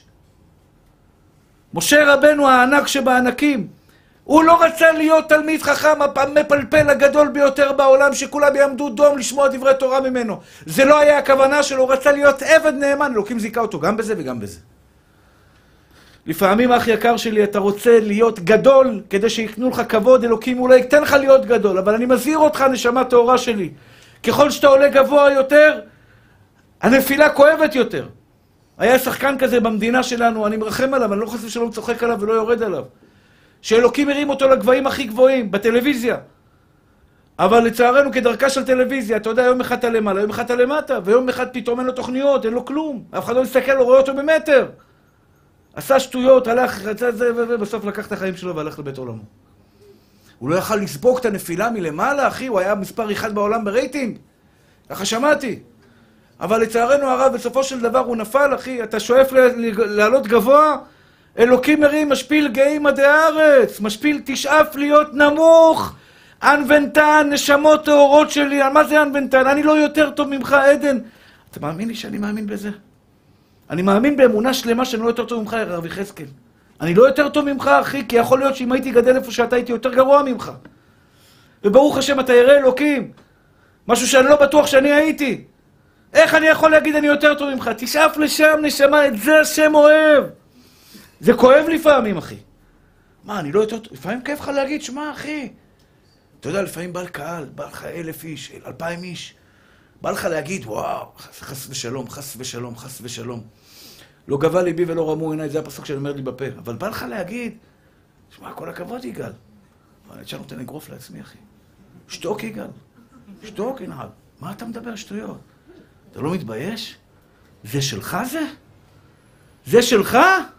משה רבנו הענק שבענקים. הוא לא רצה להיות תלמיד חכם, המפלפל הגדול ביותר בעולם, שכולם יעמדו דום לשמוע דברי תורה ממנו. זה לא היה הכוונה שלו, הוא רצה להיות עבד נאמן, אלוקים זיכה אותו גם בזה וגם בזה. לפעמים, אח יקר שלי, אתה רוצה להיות גדול, כדי שיקנו לך כבוד, אלוקים אולי ייתן לך להיות גדול, אבל אני מזהיר אותך, נשמה טהורה שלי. ככל שאתה עולה גבוה יותר, הנפילה כואבת יותר. היה שחקן כזה במדינה שלנו, אני מרחם עליו, אני לא חושב שלא צוחק עליו ולא יורד עליו. שאלוקים הרים אותו לגבהים הכי גבוהים, בטלוויזיה. אבל לצערנו כדרכה של טלוויזיה, אתה יודע, יום אחד אתה למעלה, יום אחד אתה למטה, ויום אחד פתאום אין לו תוכניות, אין לו כלום. אף אחד לא מסתכל, לא רואה אותו במטר. עשה שטויות, הלך, רצה זה ובסוף לקח את החיים שלו והלך לבית עולמו. הוא לא יכל לספוג את הנפילה מלמעלה, אחי, הוא היה מספר אחד בעולם ברייטינג. ככה שמעתי. אבל לצערנו הרב, בסופו של דבר הוא נפל, אחי, אתה שואף לעלות גבוה, אלוקים מרים, משפיל גאים עדי הארץ, משפיל תשאף להיות נמוך. אנבנטן, נשמות טהורות שלי, מה זה אנבנטן? אני לא יותר טוב ממך, עדן. אתה מאמין לי שאני מאמין בזה? אני מאמין באמונה שלמה שאני לא יותר טוב ממך, הרב יחזקאל. אני לא יותר טוב ממך, אחי, כי יכול להיות שאם הייתי גדל איפה שאתה הייתי יותר גרוע ממך. וברוך השם, אתה ירא אלוקים. משהו שאני לא בטוח שאני הייתי. איך אני יכול להגיד אני יותר טוב ממך? תשאף לשם, נשמה, את זה השם אוהב. זה כואב לפעמים, אחי. מה, אני לא יותר טוב? לפעמים כיף לך להגיד, שמה, אחי. אתה יודע, לפעמים בא לקהל, בא לך אלף איש, אלפיים איש. בא לך להגיד, וואו, חס ושלום, חס ושלום, חס ושלום. לא גבה ליבי ולא רמו עיניי, זה הפסוק שאני אומר לי בפה. אבל בא לך להגיד, שמע, כל הכבוד יגאל. אבל אני נותן לגרוף לעצמי, אחי. שתוק יגאל. שתוק, ינהל. מה אתה מדבר שטויות? אתה לא מתבייש? זה שלך זה? זה שלך?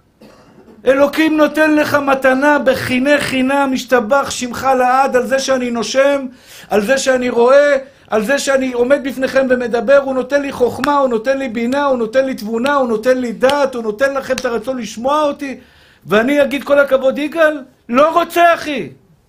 אלוקים נותן לך מתנה בחיני חינם, משתבח שמך לעד, על זה שאני נושם, על זה שאני רואה, על זה שאני עומד בפניכם ומדבר. הוא נותן לי חוכמה, הוא נותן לי בינה, הוא נותן לי תבונה, הוא נותן לי דעת, הוא נותן לכם את הרצון לשמוע אותי, ואני אגיד כל הכבוד יגאל, לא רוצה, אחי.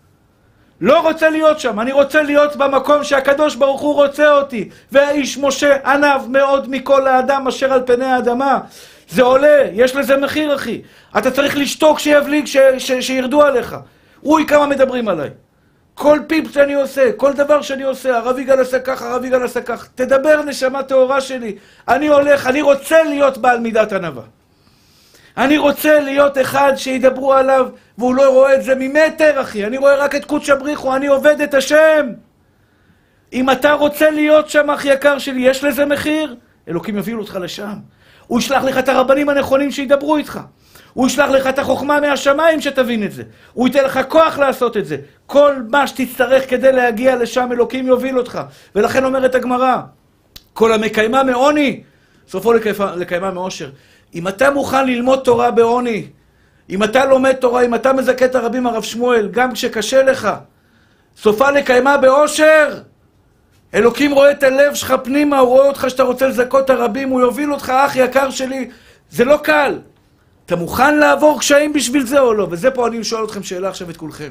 לא רוצה להיות שם, אני רוצה להיות במקום שהקדוש ברוך הוא רוצה אותי. והאיש משה ענב מאוד מכל האדם אשר על פני האדמה. זה עולה, יש לזה מחיר, אחי. אתה צריך לשתוק שיבליג, ש- ש- שירדו עליך. אוי, כמה מדברים עליי. כל פיפ שאני עושה, כל דבר שאני עושה, הרב יגאל עשה ככה, הרב יגאל עשה ככה. תדבר נשמה טהורה שלי. אני הולך, אני רוצה להיות בעל מידת ענווה. אני רוצה להיות אחד שידברו עליו, והוא לא רואה את זה ממטר, אחי. אני רואה רק את קודש הבריחו, אני עובד את השם. אם אתה רוצה להיות שם, אח יקר שלי, יש לזה מחיר? אלוקים יביא אותך לשם. הוא ישלח לך את הרבנים הנכונים שידברו איתך. הוא ישלח לך את החוכמה מהשמיים שתבין את זה. הוא ייתן לך כוח לעשות את זה. כל מה שתצטרך כדי להגיע לשם, אלוקים יוביל אותך. ולכן אומרת הגמרא, כל המקיימה מעוני, סופו לקיימה מאושר. אם אתה מוכן ללמוד תורה בעוני, אם אתה לומד תורה, אם אתה מזכה את הרבים הרב שמואל, גם כשקשה לך, סופה לקיימה באושר. אלוקים רואה את הלב שלך פנימה, הוא רואה אותך שאתה רוצה לזכות את הרבים, הוא יוביל אותך, אח יקר שלי. זה לא קל. אתה מוכן לעבור קשיים בשביל זה או לא? וזה פה אני שואל אתכם שאלה עכשיו את כולכם.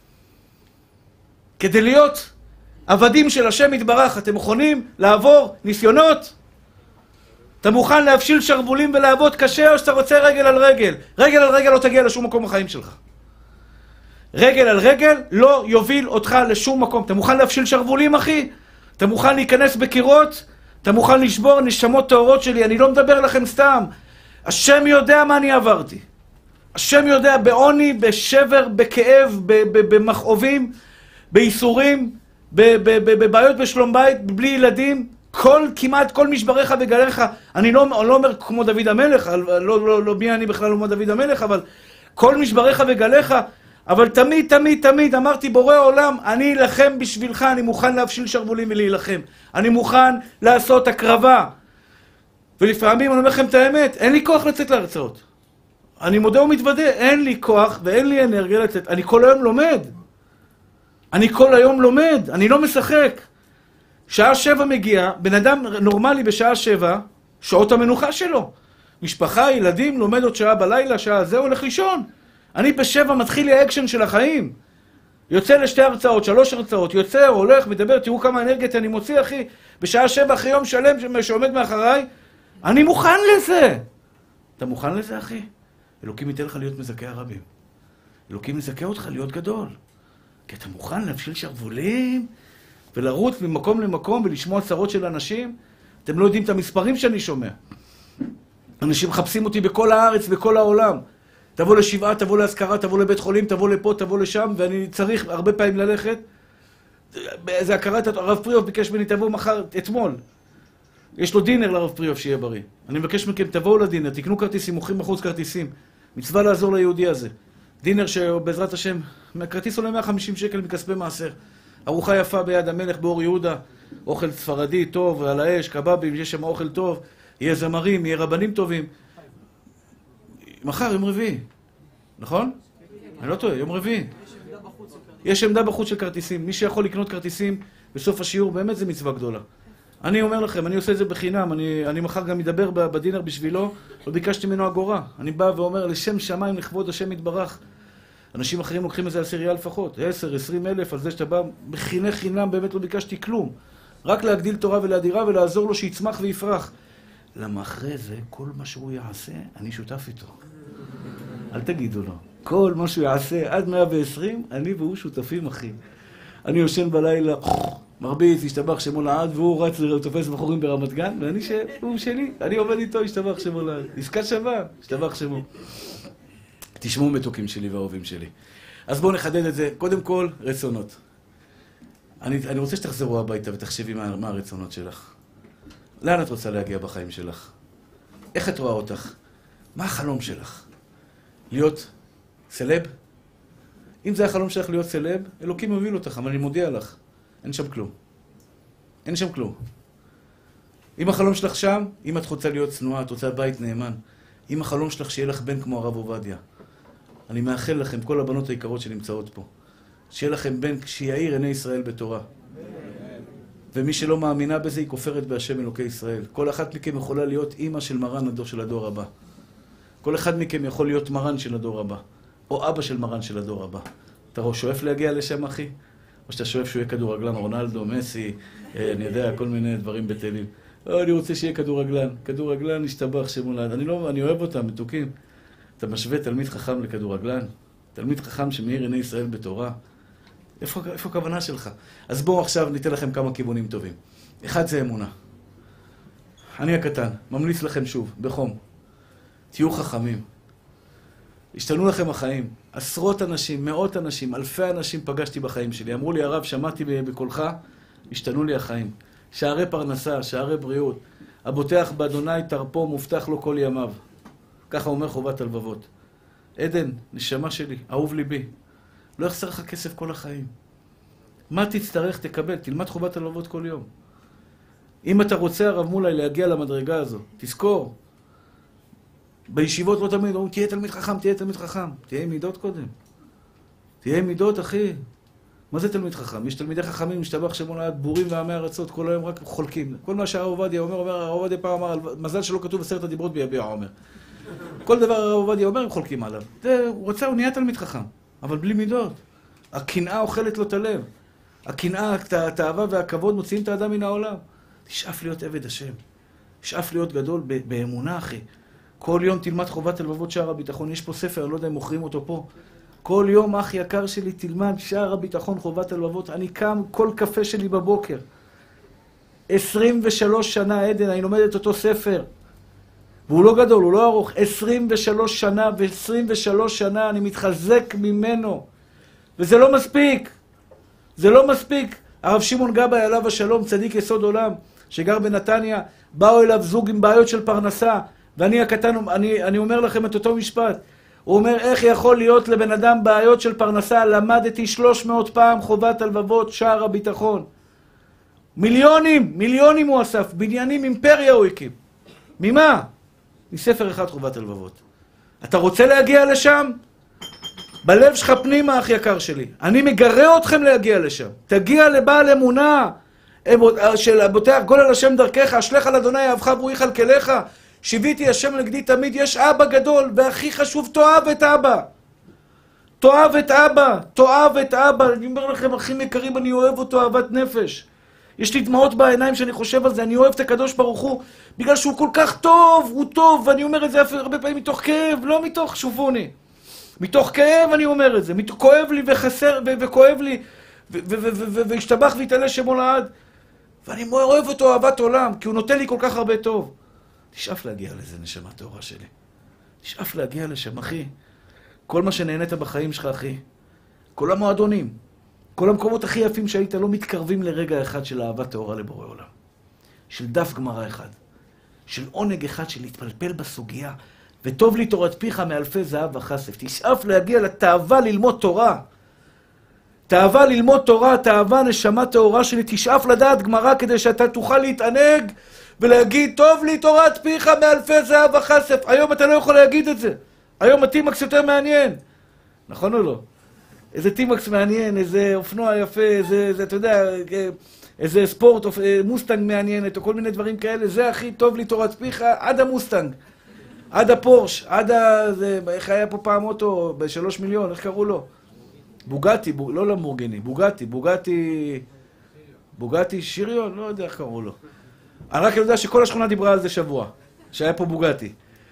כדי להיות עבדים של השם יתברך, אתם מוכנים לעבור ניסיונות? אתה מוכן להפשיל שרבולים ולעבוד קשה, או שאתה רוצה רגל על רגל? רגל על רגל לא תגיע לשום מקום בחיים שלך. רגל על רגל לא יוביל אותך לשום מקום. אתה מוכן להפשיל שרבולים, אחי? אתה מוכן להיכנס בקירות? אתה מוכן לשבור נשמות טהורות שלי? אני לא מדבר לכם סתם. השם יודע מה אני עברתי. השם יודע בעוני, בשבר, בכאב, במכאובים, בייסורים, בבעיות בשלום בית, בלי ילדים. כל, כמעט כל משבריך וגליך, אני לא, לא אומר כמו דוד המלך, לא, לא, לא, מי אני בכלל לא כמו דוד המלך, אבל כל משבריך וגליך, אבל תמיד, תמיד, תמיד אמרתי, בורא עולם, אני אלחם בשבילך, אני מוכן להפשיל שרבולים ולהילחם. אני מוכן לעשות הקרבה. ולפעמים אני אומר לכם את האמת, אין לי כוח לצאת להרצאות. אני מודה ומתוודה, אין לי כוח ואין לי אנרגיה לצאת. אני כל היום לומד. אני כל היום לומד, אני לא משחק. שעה שבע מגיע, בן אדם נורמלי בשעה שבע, שעות המנוחה שלו. משפחה, ילדים, לומד עוד שעה בלילה, שעה זה, הולך לישון. אני בשבע מתחיל לי האקשן של החיים. יוצא לשתי הרצאות, שלוש הרצאות, יוצא, הולך, מדבר, תראו כמה אנרגיות אני מוציא, אחי. בשעה שבע אחרי יום שלם שעומד מאחריי, אני מוכן לזה. אתה מוכן לזה, אחי? אלוקים ייתן לך להיות מזכה הרבים. אלוקים מזכה אותך להיות גדול. כי אתה מוכן להפשיל שרבולים ולרוץ ממקום למקום ולשמוע צרות של אנשים. אתם לא יודעים את המספרים שאני שומע. אנשים מחפשים אותי בכל הארץ, בכל העולם. תבוא לשבעה, תבוא להזכרה, תבוא לבית חולים, תבוא לפה, תבוא לשם, ואני צריך הרבה פעמים ללכת. זה הכרת, הרב פריאוף ביקש ממני, תבוא מחר, אתמול. יש לו דינר לרב פריאוף שיהיה בריא. אני מבקש מכם, תבואו לדינר, תקנו כרטיסים, מוכרים בחוץ כרטיסים. מצווה לעזור ליהודי הזה. דינר שבעזרת השם, הכרטיס עולה מאה וחמישים שקל מכספי מעשר. ארוחה יפה ביד המלך באור יהודה, אוכל ספרדי טוב, על האש, קבבים, יש שם אוכל טוב, יהיה זמרים, יהיה רבנים טובים. מחר, יום רביעי, נכון? אני לא טועה, יום רביעי. יש עמדה בחוץ של כרטיסים. מי שיכול לקנות כרטיסים בסוף השיעור, באמת זה מצווה גדולה. אני אומר לכם, אני עושה את זה בחינם, אני, אני מחר גם מדבר בדינר בשבילו, לא ביקשתי ממנו אגורה. אני בא ואומר, לשם שמיים, לכבוד השם יתברך. אנשים אחרים לוקחים את זה על סירייה לפחות, עשר, עשרים אלף, על זה שאתה בא בחיני חינם, באמת לא ביקשתי כלום. רק להגדיל תורה ולהדירה ולעזור לו שיצמח ויפרח. למה אחרי זה, כל מה שהוא יעשה, אני שותף איתו. אל תגידו לו. כל מה שהוא יעשה עד מאה ועשרים, אני והוא שותפים, אחי. אני יושן בלילה, מרביץ, השתבח שמו לעד, והוא רץ לתופס בחורים ברמת גן, ואני ש... הוא שלי, אני עובד איתו, השתבח שמו לעד. עסקת שווה, השתבח שמו. תשמעו מתוקים שלי ואהובים שלי. אז בואו נחדד את זה. קודם כל, רצונות. אני, אני רוצה שתחזרו הביתה ותחשבי מה, מה הרצונות שלך. לאן את רוצה להגיע בחיים שלך? איך את רואה אותך? מה החלום שלך? להיות סלב? אם זה החלום שלך להיות סלב, אלוקים מוביל אותך, אבל אני מודיע לך, אין שם כלום. אין שם כלום. אם החלום שלך שם, אם את רוצה להיות צנועה, את רוצה בית נאמן. אם החלום שלך שיהיה לך בן כמו הרב עובדיה. אני מאחל לכם, כל הבנות היקרות שנמצאות פה, שיהיה לכם בן שיעיר עיני ישראל בתורה. ומי שלא מאמינה בזה, היא כופרת בהשם אלוקי ישראל. כל אחת מכם יכולה להיות אימא של מרן הדור של הדור הבא. כל אחד מכם יכול להיות מרן של הדור הבא. או אבא של מרן של הדור הבא. אתה שואף להגיע לשם, אחי? או שאתה שואף שהוא יהיה כדורגלן, רונלדו, מסי, אני יודע, כל מיני דברים בטלים. אני רוצה שיהיה כדורגלן. כדורגלן השתבח שמולד. אני לא, אני אוהב אותם, מתוקים. אתה משווה תלמיד חכם לכדורגלן? תלמיד חכם שמאיר עיני ישראל בתורה? איפה, איפה הכוונה שלך? אז בואו עכשיו ניתן לכם כמה כיוונים טובים. אחד זה אמונה. אני הקטן, ממליץ לכם שוב, בחום. תהיו חכמים. השתנו לכם החיים. עשרות אנשים, מאות אנשים, אלפי אנשים פגשתי בחיים שלי. אמרו לי, הרב, שמעתי בקולך, השתנו לי החיים. שערי פרנסה, שערי בריאות. הבוטח באדוני תרפו, מובטח לו כל ימיו. ככה אומר חובת הלבבות. עדן, נשמה שלי, אהוב ליבי. לא יחסר לך כסף כל החיים. מה תצטרך תקבל? תלמד חובת הלבבות כל יום. אם אתה רוצה, הרב מולי, להגיע למדרגה הזו, תזכור. בישיבות לא תמיד, אומרים, תהיה תלמיד חכם, תהיה תלמיד חכם. תהיה עם מידות קודם. תהיה עם מידות, אחי. מה זה תלמיד חכם? יש תלמידי חכמים, משתבח שמו לעד, בורים ועמי ארצות, כל היום רק חולקים. כל מה שהרב עובדיה אומר, אומר, הרב עובדיה פעם אמר, מזל שלא כתוב עשרת הדיברות ביביע עומר. כל דבר הרב עובדיה אומר, הם חולקים עליו. זה, הוא רוצה, הוא נהיה תלמיד חכם, אבל בלי מידות. הקנאה אוכלת לו את הלב. הקנאה, התאווה והכבוד מוציאים את האדם מן העולם. תשאף להיות עבד השם. תשאף להיות גדול באמונה, אחי. כל יום תלמד חובת הלבבות שער הביטחון. יש פה ספר, לא יודע אם מוכרים אותו פה. כל יום, אח יקר שלי, תלמד שער הביטחון, חובת הלבבות. אני קם כל קפה שלי בבוקר. עשרים ושלוש שנה, עדן, אני לומד את אותו ספר. והוא לא גדול, הוא לא ארוך. עשרים ושלוש שנה, ו-עשרים ושלוש שנה אני מתחזק ממנו. וזה לא מספיק. זה לא מספיק. הרב שמעון גבאי עליו השלום, צדיק יסוד עולם, שגר בנתניה, באו אליו זוג עם בעיות של פרנסה, ואני הקטן, אני, אני אומר לכם את אותו משפט. הוא אומר, איך יכול להיות לבן אדם בעיות של פרנסה? למדתי שלוש מאות פעם חובת הלבבות, שער הביטחון. מיליונים, מיליונים הוא אסף, בניינים, אימפריה הוא הקים. ממה? מספר אחד חובת הלבבות. אתה רוצה להגיע לשם? בלב שלך פנימה, אח יקר שלי. אני מגרה אתכם להגיע לשם. תגיע לבעל אמונה של הבוטח, גול על השם דרכך, אשליך על אדוני אהבך והוא יכלכלך. שיביתי השם לגדי תמיד. יש אבא גדול, והכי חשוב, תאהב את אבא. תאהב את אבא, תאהב את אבא. אני אומר לכם, אחים יקרים, אני אוהב אותו אהבת נפש. יש לי דמעות בעיניים שאני חושב על זה. אני אוהב את הקדוש ברוך הוא, בגלל שהוא כל כך טוב, הוא טוב, ואני אומר את זה הרבה פעמים מתוך כאב, לא מתוך שובוני. מתוך כאב אני אומר את זה, כואב לי וחסר, וכואב לי, והשתבח והתעלה שמו לעד. ואני אוהב אותו אהבת עולם, כי הוא נותן לי כל כך הרבה טוב. תשאף להגיע לזה, נשמה טהורה שלי. תשאף להגיע לשם, אחי. כל מה שנהנית בחיים שלך, אחי. כל המועדונים, כל המקומות הכי יפים שהיית לא מתקרבים לרגע אחד של אהבת טהורה לבורא עולם. של דף גמרא אחד. של עונג אחד של להתפלפל בסוגיה. וטוב לי תורת פיך מאלפי זהב וכסף. תשאף להגיע לתאווה ללמוד תורה. תאווה ללמוד תורה, תאווה נשמה טהורה שלי, תשאף לדעת גמרא כדי שאתה תוכל להתענג ולהגיד, טוב לי תורת פיך מאלפי זהב וכסף. היום אתה לא יכול להגיד את זה. היום הטימקס יותר מעניין. נכון או לא? איזה טימקס מעניין, איזה אופנוע יפה, איזה, איזה, אתה יודע, איזה ספורט, מוסטנג מעניינת, או כל מיני דברים כאלה. זה הכי טוב לי תורת פיך עד המוסטנג. עד הפורש, עד ה... זה, איך היה פה פעם אוטו בשלוש מיליון, איך קראו לו? בוגטי, בוג... לא למורגני, בוגטי, בוגטי... בוגטי שיריון, לא יודע איך קראו לו. אני רק יודע שכל השכונה דיברה על זה שבוע, שהיה פה בוגטי.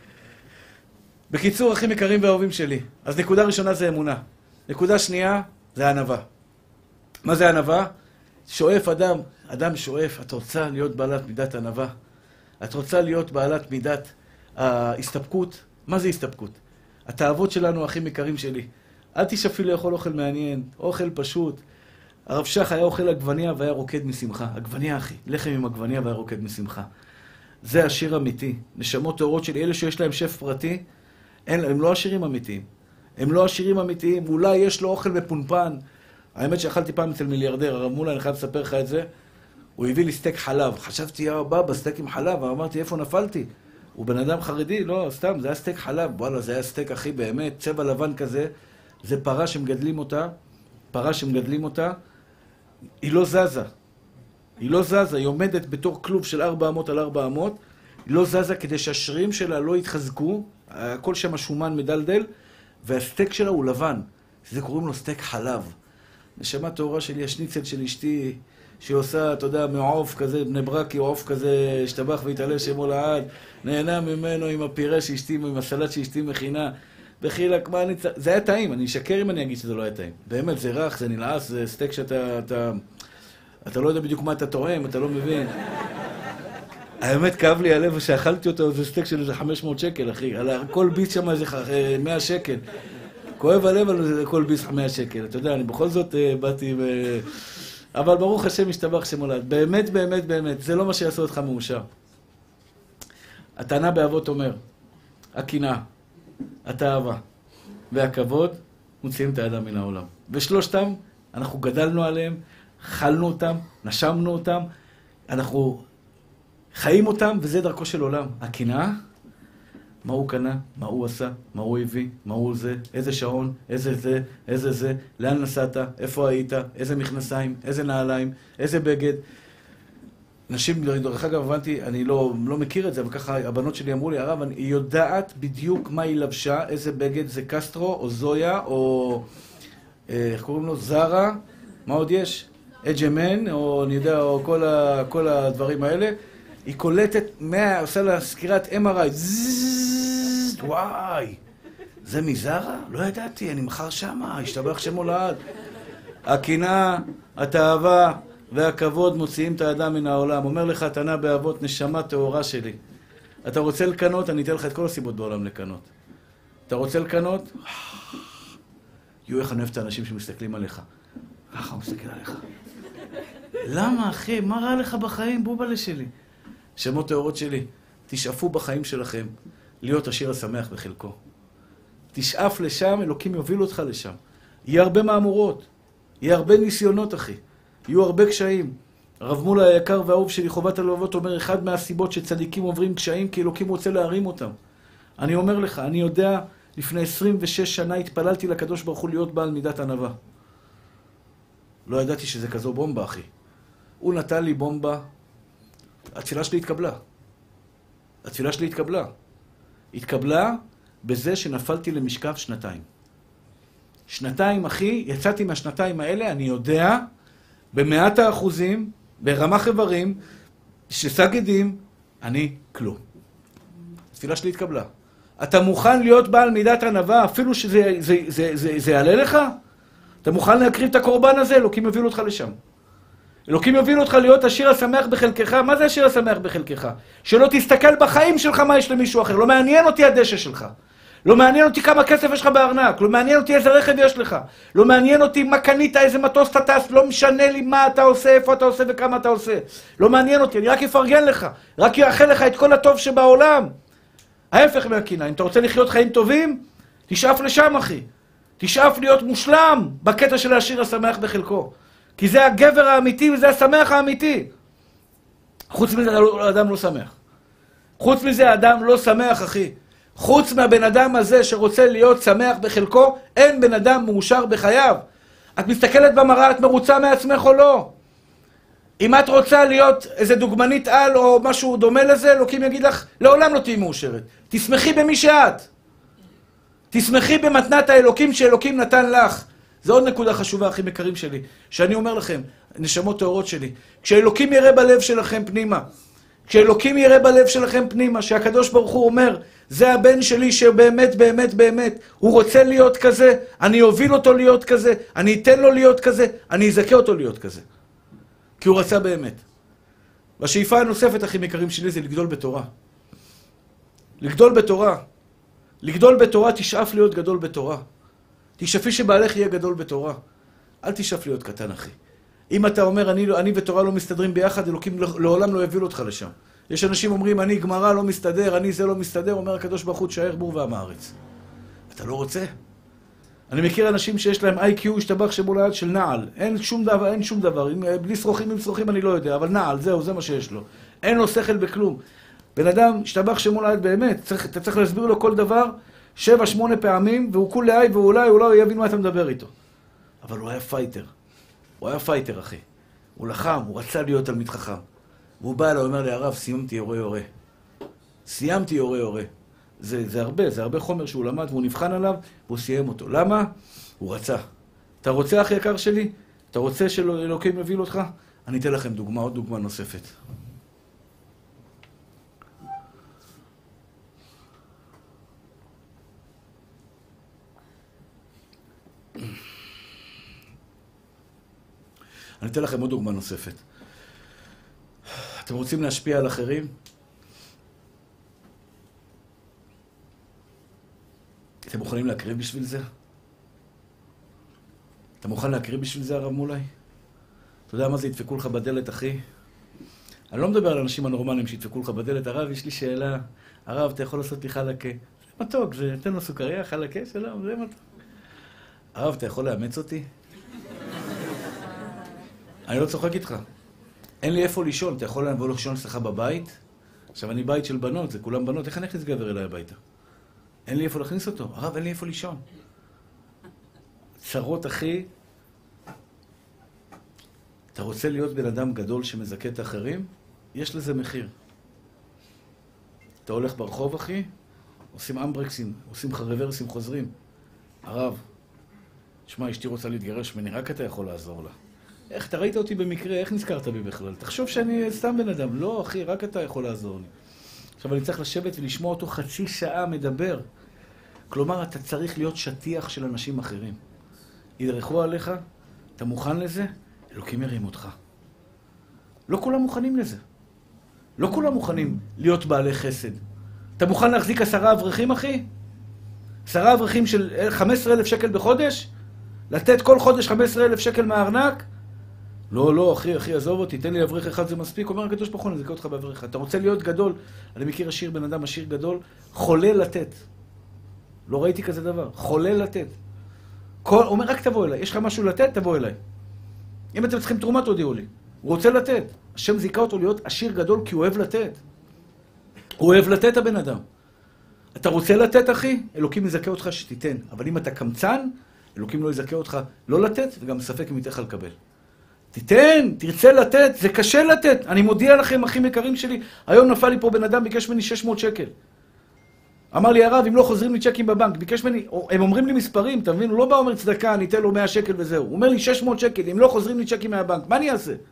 בקיצור, אחים יקרים ואהובים שלי, אז נקודה ראשונה זה אמונה. נקודה שנייה זה ענווה. מה זה ענווה? שואף אדם, אדם שואף, את רוצה להיות בעלת מידת ענווה? את רוצה להיות בעלת מידת ההסתפקות? מה זה הסתפקות? התאוות שלנו, אחים יקרים שלי. אל תשאפי לאכול אוכל מעניין, אוכל פשוט. הרב שך היה אוכל עגבניה והיה רוקד משמחה. עגבניה, אחי, לחם עם עגבניה והיה רוקד משמחה. זה השיר אמיתי. נשמות טהורות שלי, אלה שיש להם שף פרטי, אין, הם לא השירים אמיתיים. הם לא השירים אמיתיים, ואולי יש לו אוכל בפונפן. האמת שאכלתי פעם אצל מיליארדר, הרב מולה, אני חייב לספר לך את זה. הוא הביא לי סטייק חלב. חשבתי, יא בבא, סטייק עם חלב, ואמרתי, איפה נפלתי? הוא בן אדם חרדי, לא, סתם, זה היה סטייק חלב. וואלה, זה היה סטייק, אחי, באמת, צבע לבן כזה. זה פרה שמגדלים אותה, פרה שמגדלים אותה, היא לא זזה. היא לא זזה, היא עומדת בתור כלוב של ארבע אמות על ארבע אמות, היא לא זזה כדי שהשרירים שלה לא יתחזקו, הכל שם שומן מדלדל, והסטייק שלה הוא לבן. זה קוראים לו סטייק חלב. נשמה טהורה שלי, השניצל של אשתי, שהיא עושה, אתה יודע, מעוף כזה, בני ברקי, עוף כזה, השתבח והתעלה שמו לעד, נהנה ממנו עם הפירה שאשתי, עם הסלט שאשתי מכינה, בחילק, מה אני... זה היה טעים, אני אשקר אם אני אגיד שזה לא היה טעים. באמת, זה רך, זה נלעס, זה סטייק שאתה... אתה, אתה לא יודע בדיוק מה אתה טועם, אתה לא מבין. האמת, כאב לי הלב שאכלתי אותו, זה סטייק של איזה חמש מאות שקל, אחי. על כל ביס שם איזה מאה שקל. כואב הלב על כל ביס מאה שקל. אתה יודע, אני בכל זאת באתי ו... אבל ברוך השם משתבח שמולד. באמת, באמת, באמת, זה לא מה שיעשו אותך מאושר. הטענה באבות אומר, הקנאה, התאווה והכבוד מוציאים את האדם מן העולם. ושלושתם, אנחנו גדלנו עליהם, חלנו אותם, נשמנו אותם, אנחנו חיים אותם, וזה דרכו של עולם. הקנאה, מה הוא קנה, מה הוא עשה, מה הוא הביא, מה הוא זה, איזה שעון, איזה זה, איזה זה, לאן נסעת, איפה היית, איזה מכנסיים, איזה נעליים, איזה בגד. נשים, דרך אגב, הבנתי, אני לא, לא מכיר את זה, אבל ככה הבנות שלי אמרו לי, הרב, היא יודעת בדיוק מה היא לבשה, איזה בגד, זה קסטרו, או זויה, או איך קוראים לו? זרה, מה עוד יש? אג'מן, או אני יודע, או כל, ה, כל הדברים האלה. היא קולטת, מה, עושה לה סקירת אם אר איי, זזזז, וואי, זה מזרה? לא ידעתי, אני מחר שמה, השתבח שמו לעד. הקנאה, התאווה והכבוד מוציאים את האדם מן העולם. אומר לך, תנה באבות, נשמה טהורה שלי. אתה רוצה לקנות? אני אתן לך את כל הסיבות בעולם לקנות. אתה רוצה לקנות? יו, איך אני אוהב את האנשים שמסתכלים עליך. ככה הוא מסתכל עליך. למה, אחי? מה רע לך בחיים? בובלה שלי. שמות טהורות שלי, תשאפו בחיים שלכם להיות השיר השמח בחלקו. תשאף לשם, אלוקים יוביל אותך לשם. יהיה הרבה מאמורות, יהיה הרבה ניסיונות, אחי. יהיו הרבה קשיים. הרב מולה היקר והאהוב שלי, חובת הלבבות, אומר, אחד מהסיבות שצדיקים עוברים קשיים, כי אלוקים רוצה להרים אותם. אני אומר לך, אני יודע, לפני עשרים ושש שנה התפללתי לקדוש ברוך הוא להיות בעל מידת ענווה. לא ידעתי שזה כזו בומבה, אחי. הוא נתן לי בומבה, התפילה שלי התקבלה. התפילה שלי התקבלה. התקבלה בזה שנפלתי למשכב שנתיים. שנתיים, אחי, יצאתי מהשנתיים האלה, אני יודע, במאת האחוזים, ברמה חברים, שסגדים, אני כלום. התפילה שלי התקבלה. אתה מוכן להיות בעל מידת ענווה, אפילו שזה זה, זה, זה, זה יעלה לך? אתה מוכן להקריב את הקורבן הזה? אלוקים יוביל אותך לשם. אלוקים יוביל אותך להיות השיר השמח בחלקך. מה זה השיר השמח בחלקך? שלא תסתכל בחיים שלך מה יש למישהו אחר. לא מעניין אותי הדשא שלך. לא מעניין אותי כמה כסף יש לך בארנק. לא מעניין אותי איזה רכב יש לך. לא מעניין אותי מה קנית, איזה מטוס אתה טס. לא משנה לי מה אתה עושה, איפה אתה עושה וכמה אתה עושה. לא מעניין אותי, אני רק אפרגן לך. רק יאחל לך את כל הטוב שבעולם. ההפך מהקנאה. אם אתה רוצה לחיות חיים טובים, תשאף לשם, אחי. תשאף להיות מושלם בקטע של העשיר השמח בחלקו. כי זה הגבר האמיתי וזה השמח האמיתי. חוץ מזה, האדם לא שמח. חוץ מזה, האדם לא שמח, אחי. חוץ מהבן אדם הזה שרוצה להיות שמח בחלקו, אין בן אדם מאושר בחייו. את מסתכלת במראה, את מרוצה מעצמך או לא? אם את רוצה להיות איזה דוגמנית על או משהו דומה לזה, אלוקים יגיד לך, לעולם לא תהי מאושרת. תשמחי במי שאת. תשמחי במתנת האלוקים שאלוקים נתן לך. זו עוד נקודה חשובה, אחים יקרים שלי, שאני אומר לכם, נשמות טהורות שלי, כשאלוקים יראה בלב שלכם פנימה, כשאלוקים יראה בלב שלכם פנימה, שהקדוש ברוך הוא אומר, זה הבן שלי שבאמת, באמת, באמת, הוא רוצה להיות כזה, אני אוביל אותו להיות כזה, אני אתן לו להיות כזה, אני אזכה אותו להיות כזה. כי הוא רצה באמת. והשאיפה הנוספת, אחים יקרים שלי, זה לגדול בתורה. לגדול בתורה. לגדול בתורה, תשאף להיות גדול בתורה. תשאפי שבעלך יהיה גדול בתורה. אל תשאף להיות קטן, אחי. אם אתה אומר, אני, אני ותורה לא מסתדרים ביחד, אלוקים לעולם לא יביל אותך לשם. יש אנשים אומרים, אני גמרא לא מסתדר, אני זה לא מסתדר, אומר הקדוש ברוך הוא, תשאר בור ועם הארץ. אתה לא רוצה? אני מכיר אנשים שיש להם איי קיו, השתבח שמול היד של נעל. אין שום דבר, אין שום דבר. בלי שרוכים, עם שרוכים אני לא יודע, אבל נעל, זהו, זה מה שיש לו. אין לו שכל בכלום. בן אדם, השתבח שמול היד באמת, צריך, אתה צריך להסביר לו כל דבר, שבע, שמונה פעמים, והוא כולי איי, ואולי, אולי הוא יבין מה אתה מדבר איתו. אבל הוא היה פייטר. הוא היה פייטר, אחי. הוא לחם, הוא רצה להיות תלמיד חכם. והוא בא אליי, אומר לי, הרב, סיימתי יורה יורה. סיימתי יורה יורה. זה, זה הרבה, זה הרבה חומר שהוא למד, והוא נבחן עליו, והוא סיים אותו. למה? הוא רצה. אתה רוצה, אחי יקר שלי? אתה רוצה שאלוקים יוביל אותך? אני אתן לכם דוגמה, עוד דוגמה נוספת. אני אתן לכם עוד דוגמה נוספת. אתם רוצים להשפיע על אחרים? אתם מוכנים להקריב בשביל זה? אתה מוכן להקריב בשביל זה, הרב מולי? אתה יודע מה זה ידפקו לך בדלת, אחי? אני לא מדבר על אנשים הנורמליים שידפקו לך בדלת. הרב, יש לי שאלה. הרב, אתה יכול לעשות לי חלקה. זה מתוק, זה תן לו סוכריה, חלקה, שלום, זה מתוק. הרב, אתה יכול לאמץ אותי? אני לא צוחק איתך. אין לי איפה לישון, אתה יכול לבוא לישון אצלך בבית? עכשיו, אני בית של בנות, זה כולם בנות. איך אני אכניס גבר אליי הביתה? אין לי איפה להכניס אותו. הרב, אין לי איפה לישון. צרות, אחי. אתה רוצה להיות בן אדם גדול שמזכה את האחרים? יש לזה מחיר. אתה הולך ברחוב, אחי, עושים אמברקסים, עושים לך רוורסים, חוזרים. הרב, תשמע, אשתי רוצה להתגרש ממני, רק אתה יכול לעזור לה. איך, אתה ראית אותי במקרה, איך נזכרת בי בכלל? תחשוב שאני סתם בן אדם. לא, אחי, רק אתה יכול לעזור לי. עכשיו, אני צריך לשבת ולשמוע אותו חצי שעה מדבר. כלומר, אתה צריך להיות שטיח של אנשים אחרים. ידרכו עליך, אתה מוכן לזה? אלוקים ירים אותך. לא כולם מוכנים לזה. לא כולם מוכנים להיות בעלי חסד. אתה מוכן להחזיק עשרה אברכים, אחי? עשרה אברכים של חמישה עשר אלף שקל בחודש? לתת כל חודש חמישה עשר אלף שקל מהארנק? לא, לא, אחי, אחי, עזוב אותי, תן לי אברך אחד, זה מספיק. אומר הקדוש ברוך הוא, אני אזכה אותך באברך אחד. אתה רוצה להיות גדול? אני מכיר עשיר, בן אדם עשיר גדול, חולה לתת. לא ראיתי כזה דבר. חולה לתת. כל, אומר, רק תבוא אליי. יש לך משהו לתת? תבוא אליי. אם אתם צריכים תרומה, תודיעו לי. הוא רוצה לתת. השם זיכה אותו להיות עשיר גדול כי הוא אוהב לתת. הוא אוהב לתת, הבן אדם. אתה רוצה לתת, אחי? אלוקים יזכה אותך שתיתן. אבל אם אתה קמצן, אלוקים לא יזכה אותך לא לתת, וגם ספק אם ייתן לך לקבל. תיתן, תרצה לתת, זה קשה לתת. אני מודיע לכם, אחים יקרים שלי, היום נפל לי פה בן אדם, ביקש ממני שש מאות שקל. אמר לי, הרב, אם לא חוזרים לי צ'קים בבנק, ביקש ממני, הם אומרים לי מספרים, אתה מבין? הוא לא בא אומר צדקה, אני אתן לו מאה שקל וזהו. הוא אומר לי שש מאות שקל, אם לא חוזרים לי צ'קים מהבנק, מה אני אעשה?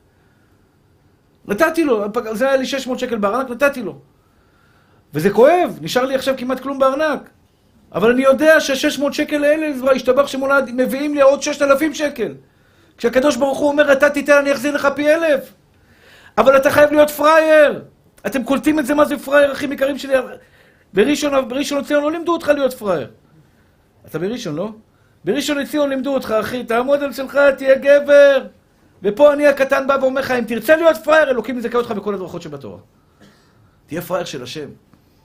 נתתי לו, זה היה לי שש מאות שקל בארנק, נתתי לו. וזה כואב, נשאר לי עכשיו כמעט כלום בארנק. אבל אני יודע ש-שש מאות שקל האלה, השתבח שמולד, מביאים לי עוד ששת אלפים שקל. כשהקדוש ברוך הוא אומר, אתה תיתן, אני אחזיר לך פי אלף. אבל אתה חייב להיות פרייר. אתם קולטים את זה, מה זה פרייר, אחים יקרים שלי? בראשון, בראשון לציון לא לימדו אותך להיות פרייר. אתה בראשון, לא? בראשון לציון לימדו אותך, אחי, תעמוד על שלך, תהיה גבר. ופה אני הקטן בא ואומר לך, אם תרצה להיות פרייר, אלוקים יזכה אותך בכל הדרכות שבתורה. תהיה פרייר של השם.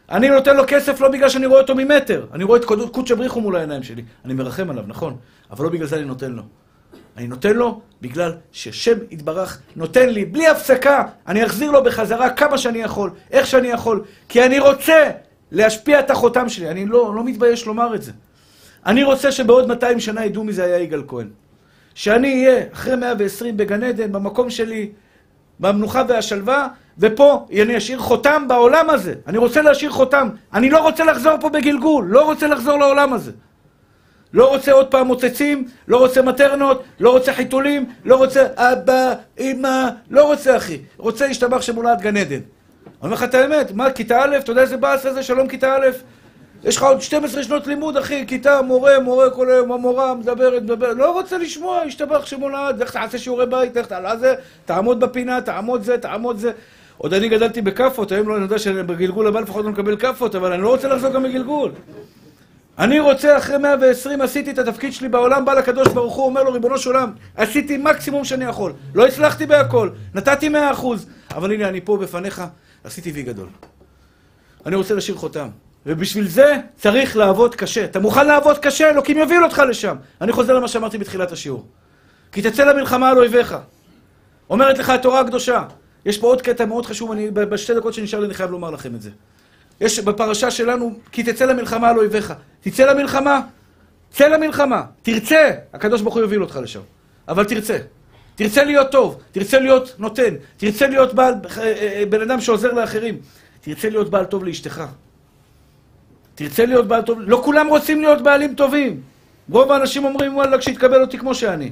אני נותן לו כסף לא בגלל שאני רואה אותו ממטר. אני רואה את קודש בריחו מול העיניים שלי. אני מרחם עליו, נכון. אבל לא בגלל זה אני נותן לו. אני נותן לו בגלל ששם יתברך נותן לי, בלי הפסקה, אני אחזיר לו בחזרה כמה שאני יכול, איך שאני יכול. כי אני רוצה להשפיע את החותם שלי. אני לא, לא מתבייש לומר את זה. אני רוצה שבעוד מאתיים שנה ידעו מי זה היה יגאל כהן. שאני אהיה אחרי מאה ועשרים בגן עדן, במקום שלי, במנוחה והשלווה, ופה אני אשאיר חותם בעולם הזה. אני רוצה להשאיר חותם. אני לא רוצה לחזור פה בגלגול, לא רוצה לחזור לעולם הזה. לא רוצה עוד פעם מוצצים, לא רוצה מטרנות, לא רוצה חיתולים, לא רוצה אבא, אמא, לא רוצה אחי. רוצה להשתבח שמולד גן עדן. אני אומר לך את האמת, מה, כיתה א', אתה יודע איזה באס הזה, שלום כיתה א'? יש לך עוד שתים עשרה שנות לימוד, אחי, כיתה, מורה, מורה, כל היום, המורה, מדברת, מדברת, לא רוצה לשמוע, השתבח שמולד, לך תעשה שיעורי בית, לך תעלה זה, תעמוד בפינה, תעמוד זה, תעמוד זה. עוד אני גדלתי בקפות, היום לא יודע שבגלגול הבא לפחות לא מקבל קפות, אבל אני לא רוצה לחזור גם בגלגול. אני רוצה אחרי מאה ועשרים, עשיתי את התפקיד שלי בעולם, בא לקדוש ברוך הוא, אומר לו, ריבונו של עולם, עשיתי מקסימום שאני יכול, לא הצלחתי בהכל, נתתי מאה אחוז, אבל הנה אני פה בפניך, עשיתי וי גדול. אני רוצה להשאיר חותם. ובשביל זה צריך לעבוד קשה. אתה מוכן לעבוד קשה? אלוקים יוביל אותך לשם. אני חוזר למה שאמרתי בתחילת השיעור. כי תצא למלחמה על אויביך. אומרת לך התורה הקדושה. יש פה עוד קטע מאוד חשוב, אני, בשתי דקות שנשאר לי אני חייב לומר לכם את זה. יש בפרשה שלנו, כי תצא למלחמה על אויביך. תצא למלחמה, צא למלחמה. תרצה, הקדוש ברוך הוא יוביל אותך לשם. אבל תרצה. תרצה להיות טוב, תרצה להיות נותן, תרצה להיות בעל, בן אדם שעוזר לאחרים. תרצה להיות בעל טוב לאשתך. תרצה להיות בעל טוב, לא כולם רוצים להיות בעלים טובים. רוב האנשים אומרים, וואלה, כשיתקבל אותי כמו שאני.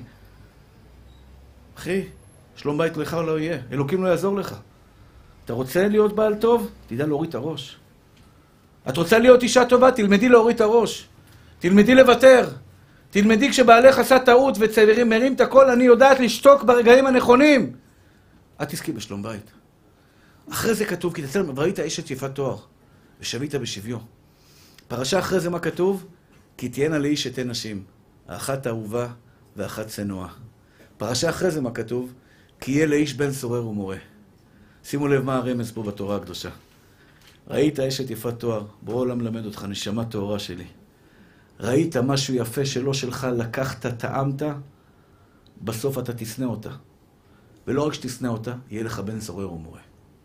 אחי, שלום בית לך לא יהיה, אלוקים לא יעזור לך. אתה רוצה להיות בעל טוב? תדע להוריד את הראש. את רוצה להיות אישה טובה? תלמדי להוריד את הראש. תלמדי לוותר. תלמדי כשבעלך עשה טעות וצעירים מרים את הכל, אני יודעת לשתוק ברגעים הנכונים. את תזכי בשלום בית. אחרי זה כתוב, כי תצא, וראית אשת יפת תואר, ושבית בשביו. פרשה אחרי זה מה כתוב? כי תהיינה לאיש שתי נשים, האחת אהובה ואחת צנועה. פרשה אחרי זה מה כתוב? כי יהיה לאיש בן סורר ומורה. שימו לב מה הרמז פה בתורה הקדושה. ראית אשת יפת תואר, בורא עולם למד אותך, נשמה טהורה שלי. ראית משהו יפה שלא שלך, לקחת, טעמת, בסוף אתה תשנא אותה. ולא רק שתשנא אותה, יהיה לך בן סורר ומורה.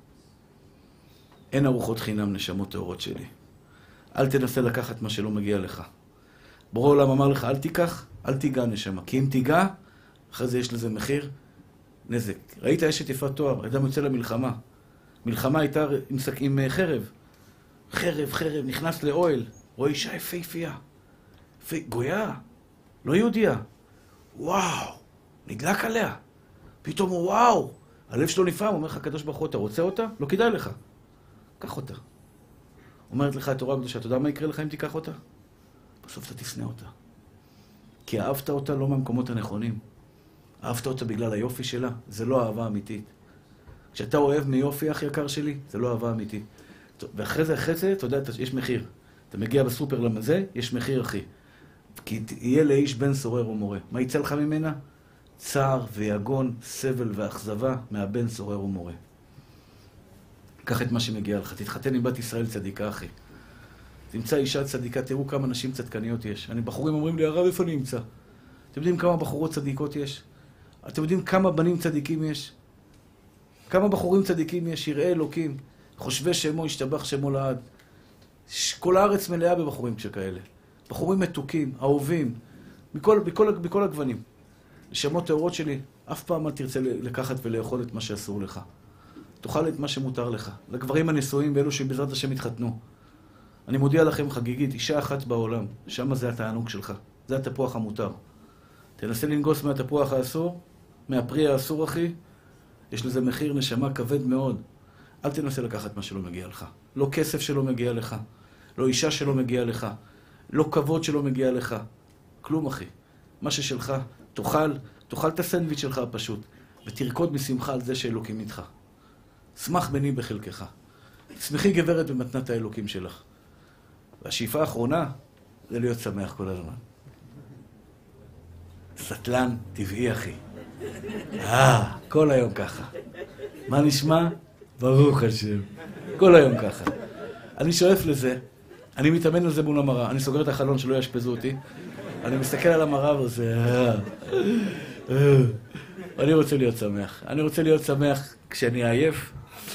אין ארוחות חינם נשמות טהורות שלי. אל תנסה לקחת מה שלא מגיע לך. בורא עולם אמר לך, אל תיקח, אל תיגע נשמה. כי אם תיגע, אחרי זה יש לזה מחיר, נזק. ראית אשת יפת תואר, אדם יוצא למלחמה. מלחמה הייתה עם, עם חרב. חרב, חרב, נכנס לאוהל. רואה אישה יפהפייה. גויה, לא יהודיה. וואו, נדלק עליה. פתאום הוא וואו. הלב שלו נפעם, אומר לך, הקדוש ברוך הוא, אתה רוצה אותה? לא כדאי לך. קח אותה. אומרת לך התורה הקדושה, אתה יודע מה יקרה לך אם תיקח אותה? בסוף אתה תשנא אותה. כי אהבת אותה לא מהמקומות הנכונים. אהבת אותה בגלל היופי שלה, זה לא אהבה אמיתית. כשאתה אוהב מיופי, אח יקר שלי, זה לא אהבה אמיתית. ואחרי זה, אחרי זה, אתה יודע, יש מחיר. אתה מגיע בסופר למזה, יש מחיר, אחי. כי יהיה לאיש בן סורר ומורה. מה יצא לך ממנה? צער ויגון, סבל ואכזבה מהבן סורר ומורה. קח את מה שמגיע לך. תתחתן עם בת ישראל צדיקה, אחי. תמצא אישה צדיקה, תראו כמה נשים צדקניות יש. אני, בחורים אומרים לי, הרב, איפה אני אמצא? אתם יודעים כמה בחורות צדיקות יש? אתם יודעים כמה בנים צדיקים יש? כמה בחורים צדיקים יש? יראי אלוקים. חושבי שמו, ישתבח שמו לעד. כל הארץ מלאה בבחורים שכאלה. בחורים מתוקים, אהובים, מכל, בכל, בכל הגוונים. נשמות טהורות שלי, אף פעם אל תרצה לקחת ולאכול את מה שאסור לך. תאכל את מה שמותר לך. לגברים הנשואים ואלו שבעזרת השם יתחתנו. אני מודיע לכם חגיגית, אישה אחת בעולם, שמה זה התענוג שלך. זה התפוח המותר. תנסה לנגוס מהתפוח האסור, מהפרי האסור, אחי. יש לזה מחיר נשמה כבד מאוד. אל תנסה לקחת מה שלא מגיע לך. לא כסף שלא מגיע לך. לא אישה שלא מגיע לך. לא כבוד שלא מגיע לך. כלום, אחי. מה ששלך, תאכל, תאכל את הסנדוויץ' שלך פשוט, ותרקוד בשמחה על זה שאלוקים איתך. שמח בני בחלקך. שמחי גברת במתנת האלוקים שלך. והשאיפה האחרונה זה להיות שמח כל הזמן. סטלן טבעי, אחי. אה, כל היום ככה. מה נשמע? ברוך השם. כל היום ככה. אני שואף לזה, אני מתאמן על זה מול המראה, אני סוגר את החלון שלא יאשפזו אותי, אני מסתכל על המראה וזה... אני רוצה להיות שמח. אני רוצה להיות שמח כשאני עייף.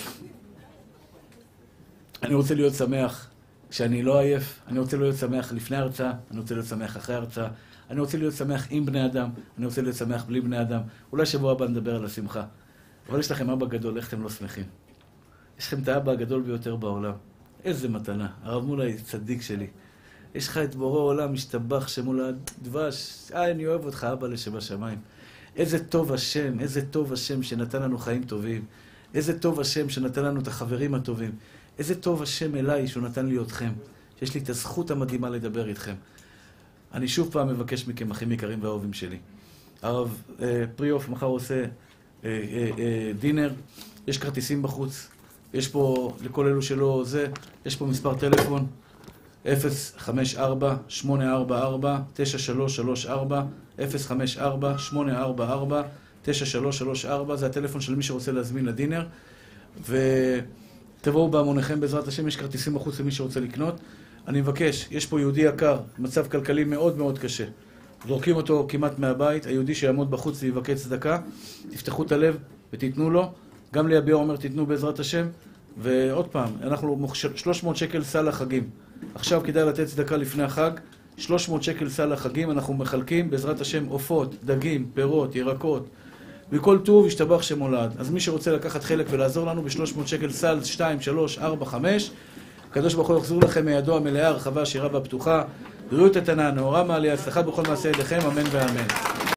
אני רוצה להיות שמח כשאני לא עייף. אני רוצה להיות שמח לפני הרצאה, אני רוצה להיות שמח אחרי הרצאה. אני רוצה להיות שמח עם בני אדם, אני רוצה להיות שמח בלי בני אדם. אולי שבוע הבא נדבר על השמחה. אבל יש לכם אבא גדול, איך אתם לא שמחים? יש לכם את האבא הגדול ביותר בעולם. איזה מתנה. הרב מולאי צדיק שלי. יש לך את בורא עולם, משתבח שמול הדבש. אה, אני אוהב אותך, אבא לשבשמיים. איזה טוב השם, איזה טוב השם שנתן לנו חיים טובים. איזה טוב השם שנתן לנו את החברים הטובים. איזה טוב השם אליי שהוא נתן לי אתכם. שיש לי את הזכות המדהימה לדבר איתכם. אני שוב פעם מבקש מכם, אחים יקרים ואהובים שלי. הרב אה, פריאוף מחר עושה אה, אה, אה, דינר. יש כרטיסים בחוץ. יש פה, לכל אלו שלא זה, יש פה מספר טלפון. אפס חמש ארבע שמונה ארבע ארבע תשע שלוש שלוש ארבע אפס חמש ארבע שמונה ארבע ארבע תשע שלוש שלוש ארבע, זה הטלפון של מי שרוצה להזמין לדינר, ותבואו בהמוניכם בעזרת השם. יש כרטיסים בחוץ למי שרוצה לקנות. אני מבקש, יש פה יהודי יקר, מצב כלכלי מאוד מאוד קשה, זורקים אותו כמעט מהבית. היהודי שיעמוד בחוץ ויבקש צדקה, תפתחו את הלב ותיתנו לו. גם ליביע אומר תיתנו בעזרת השם. ועוד פעם, אנחנו שלוש מאות שקל סל החגים. עכשיו כדאי לתת צדקה לפני החג. שלוש מאות שקל סל החגים, אנחנו מחלקים בעזרת השם עופות, דגים, פירות, ירקות, וכל טוב ישתבח שמולד. אז מי שרוצה לקחת חלק ולעזור לנו ב-שלוש מאות שקל סל שתיים, שלוש, ארבע, חמש, הקדוש ברוך הוא יחזור לכם מידו המלאה, הרחבה, השירה והפתוחה, בריאות איתנה, נאורה מעליה, הצלחה בכל מעשה ידיכם, אמן ואמן.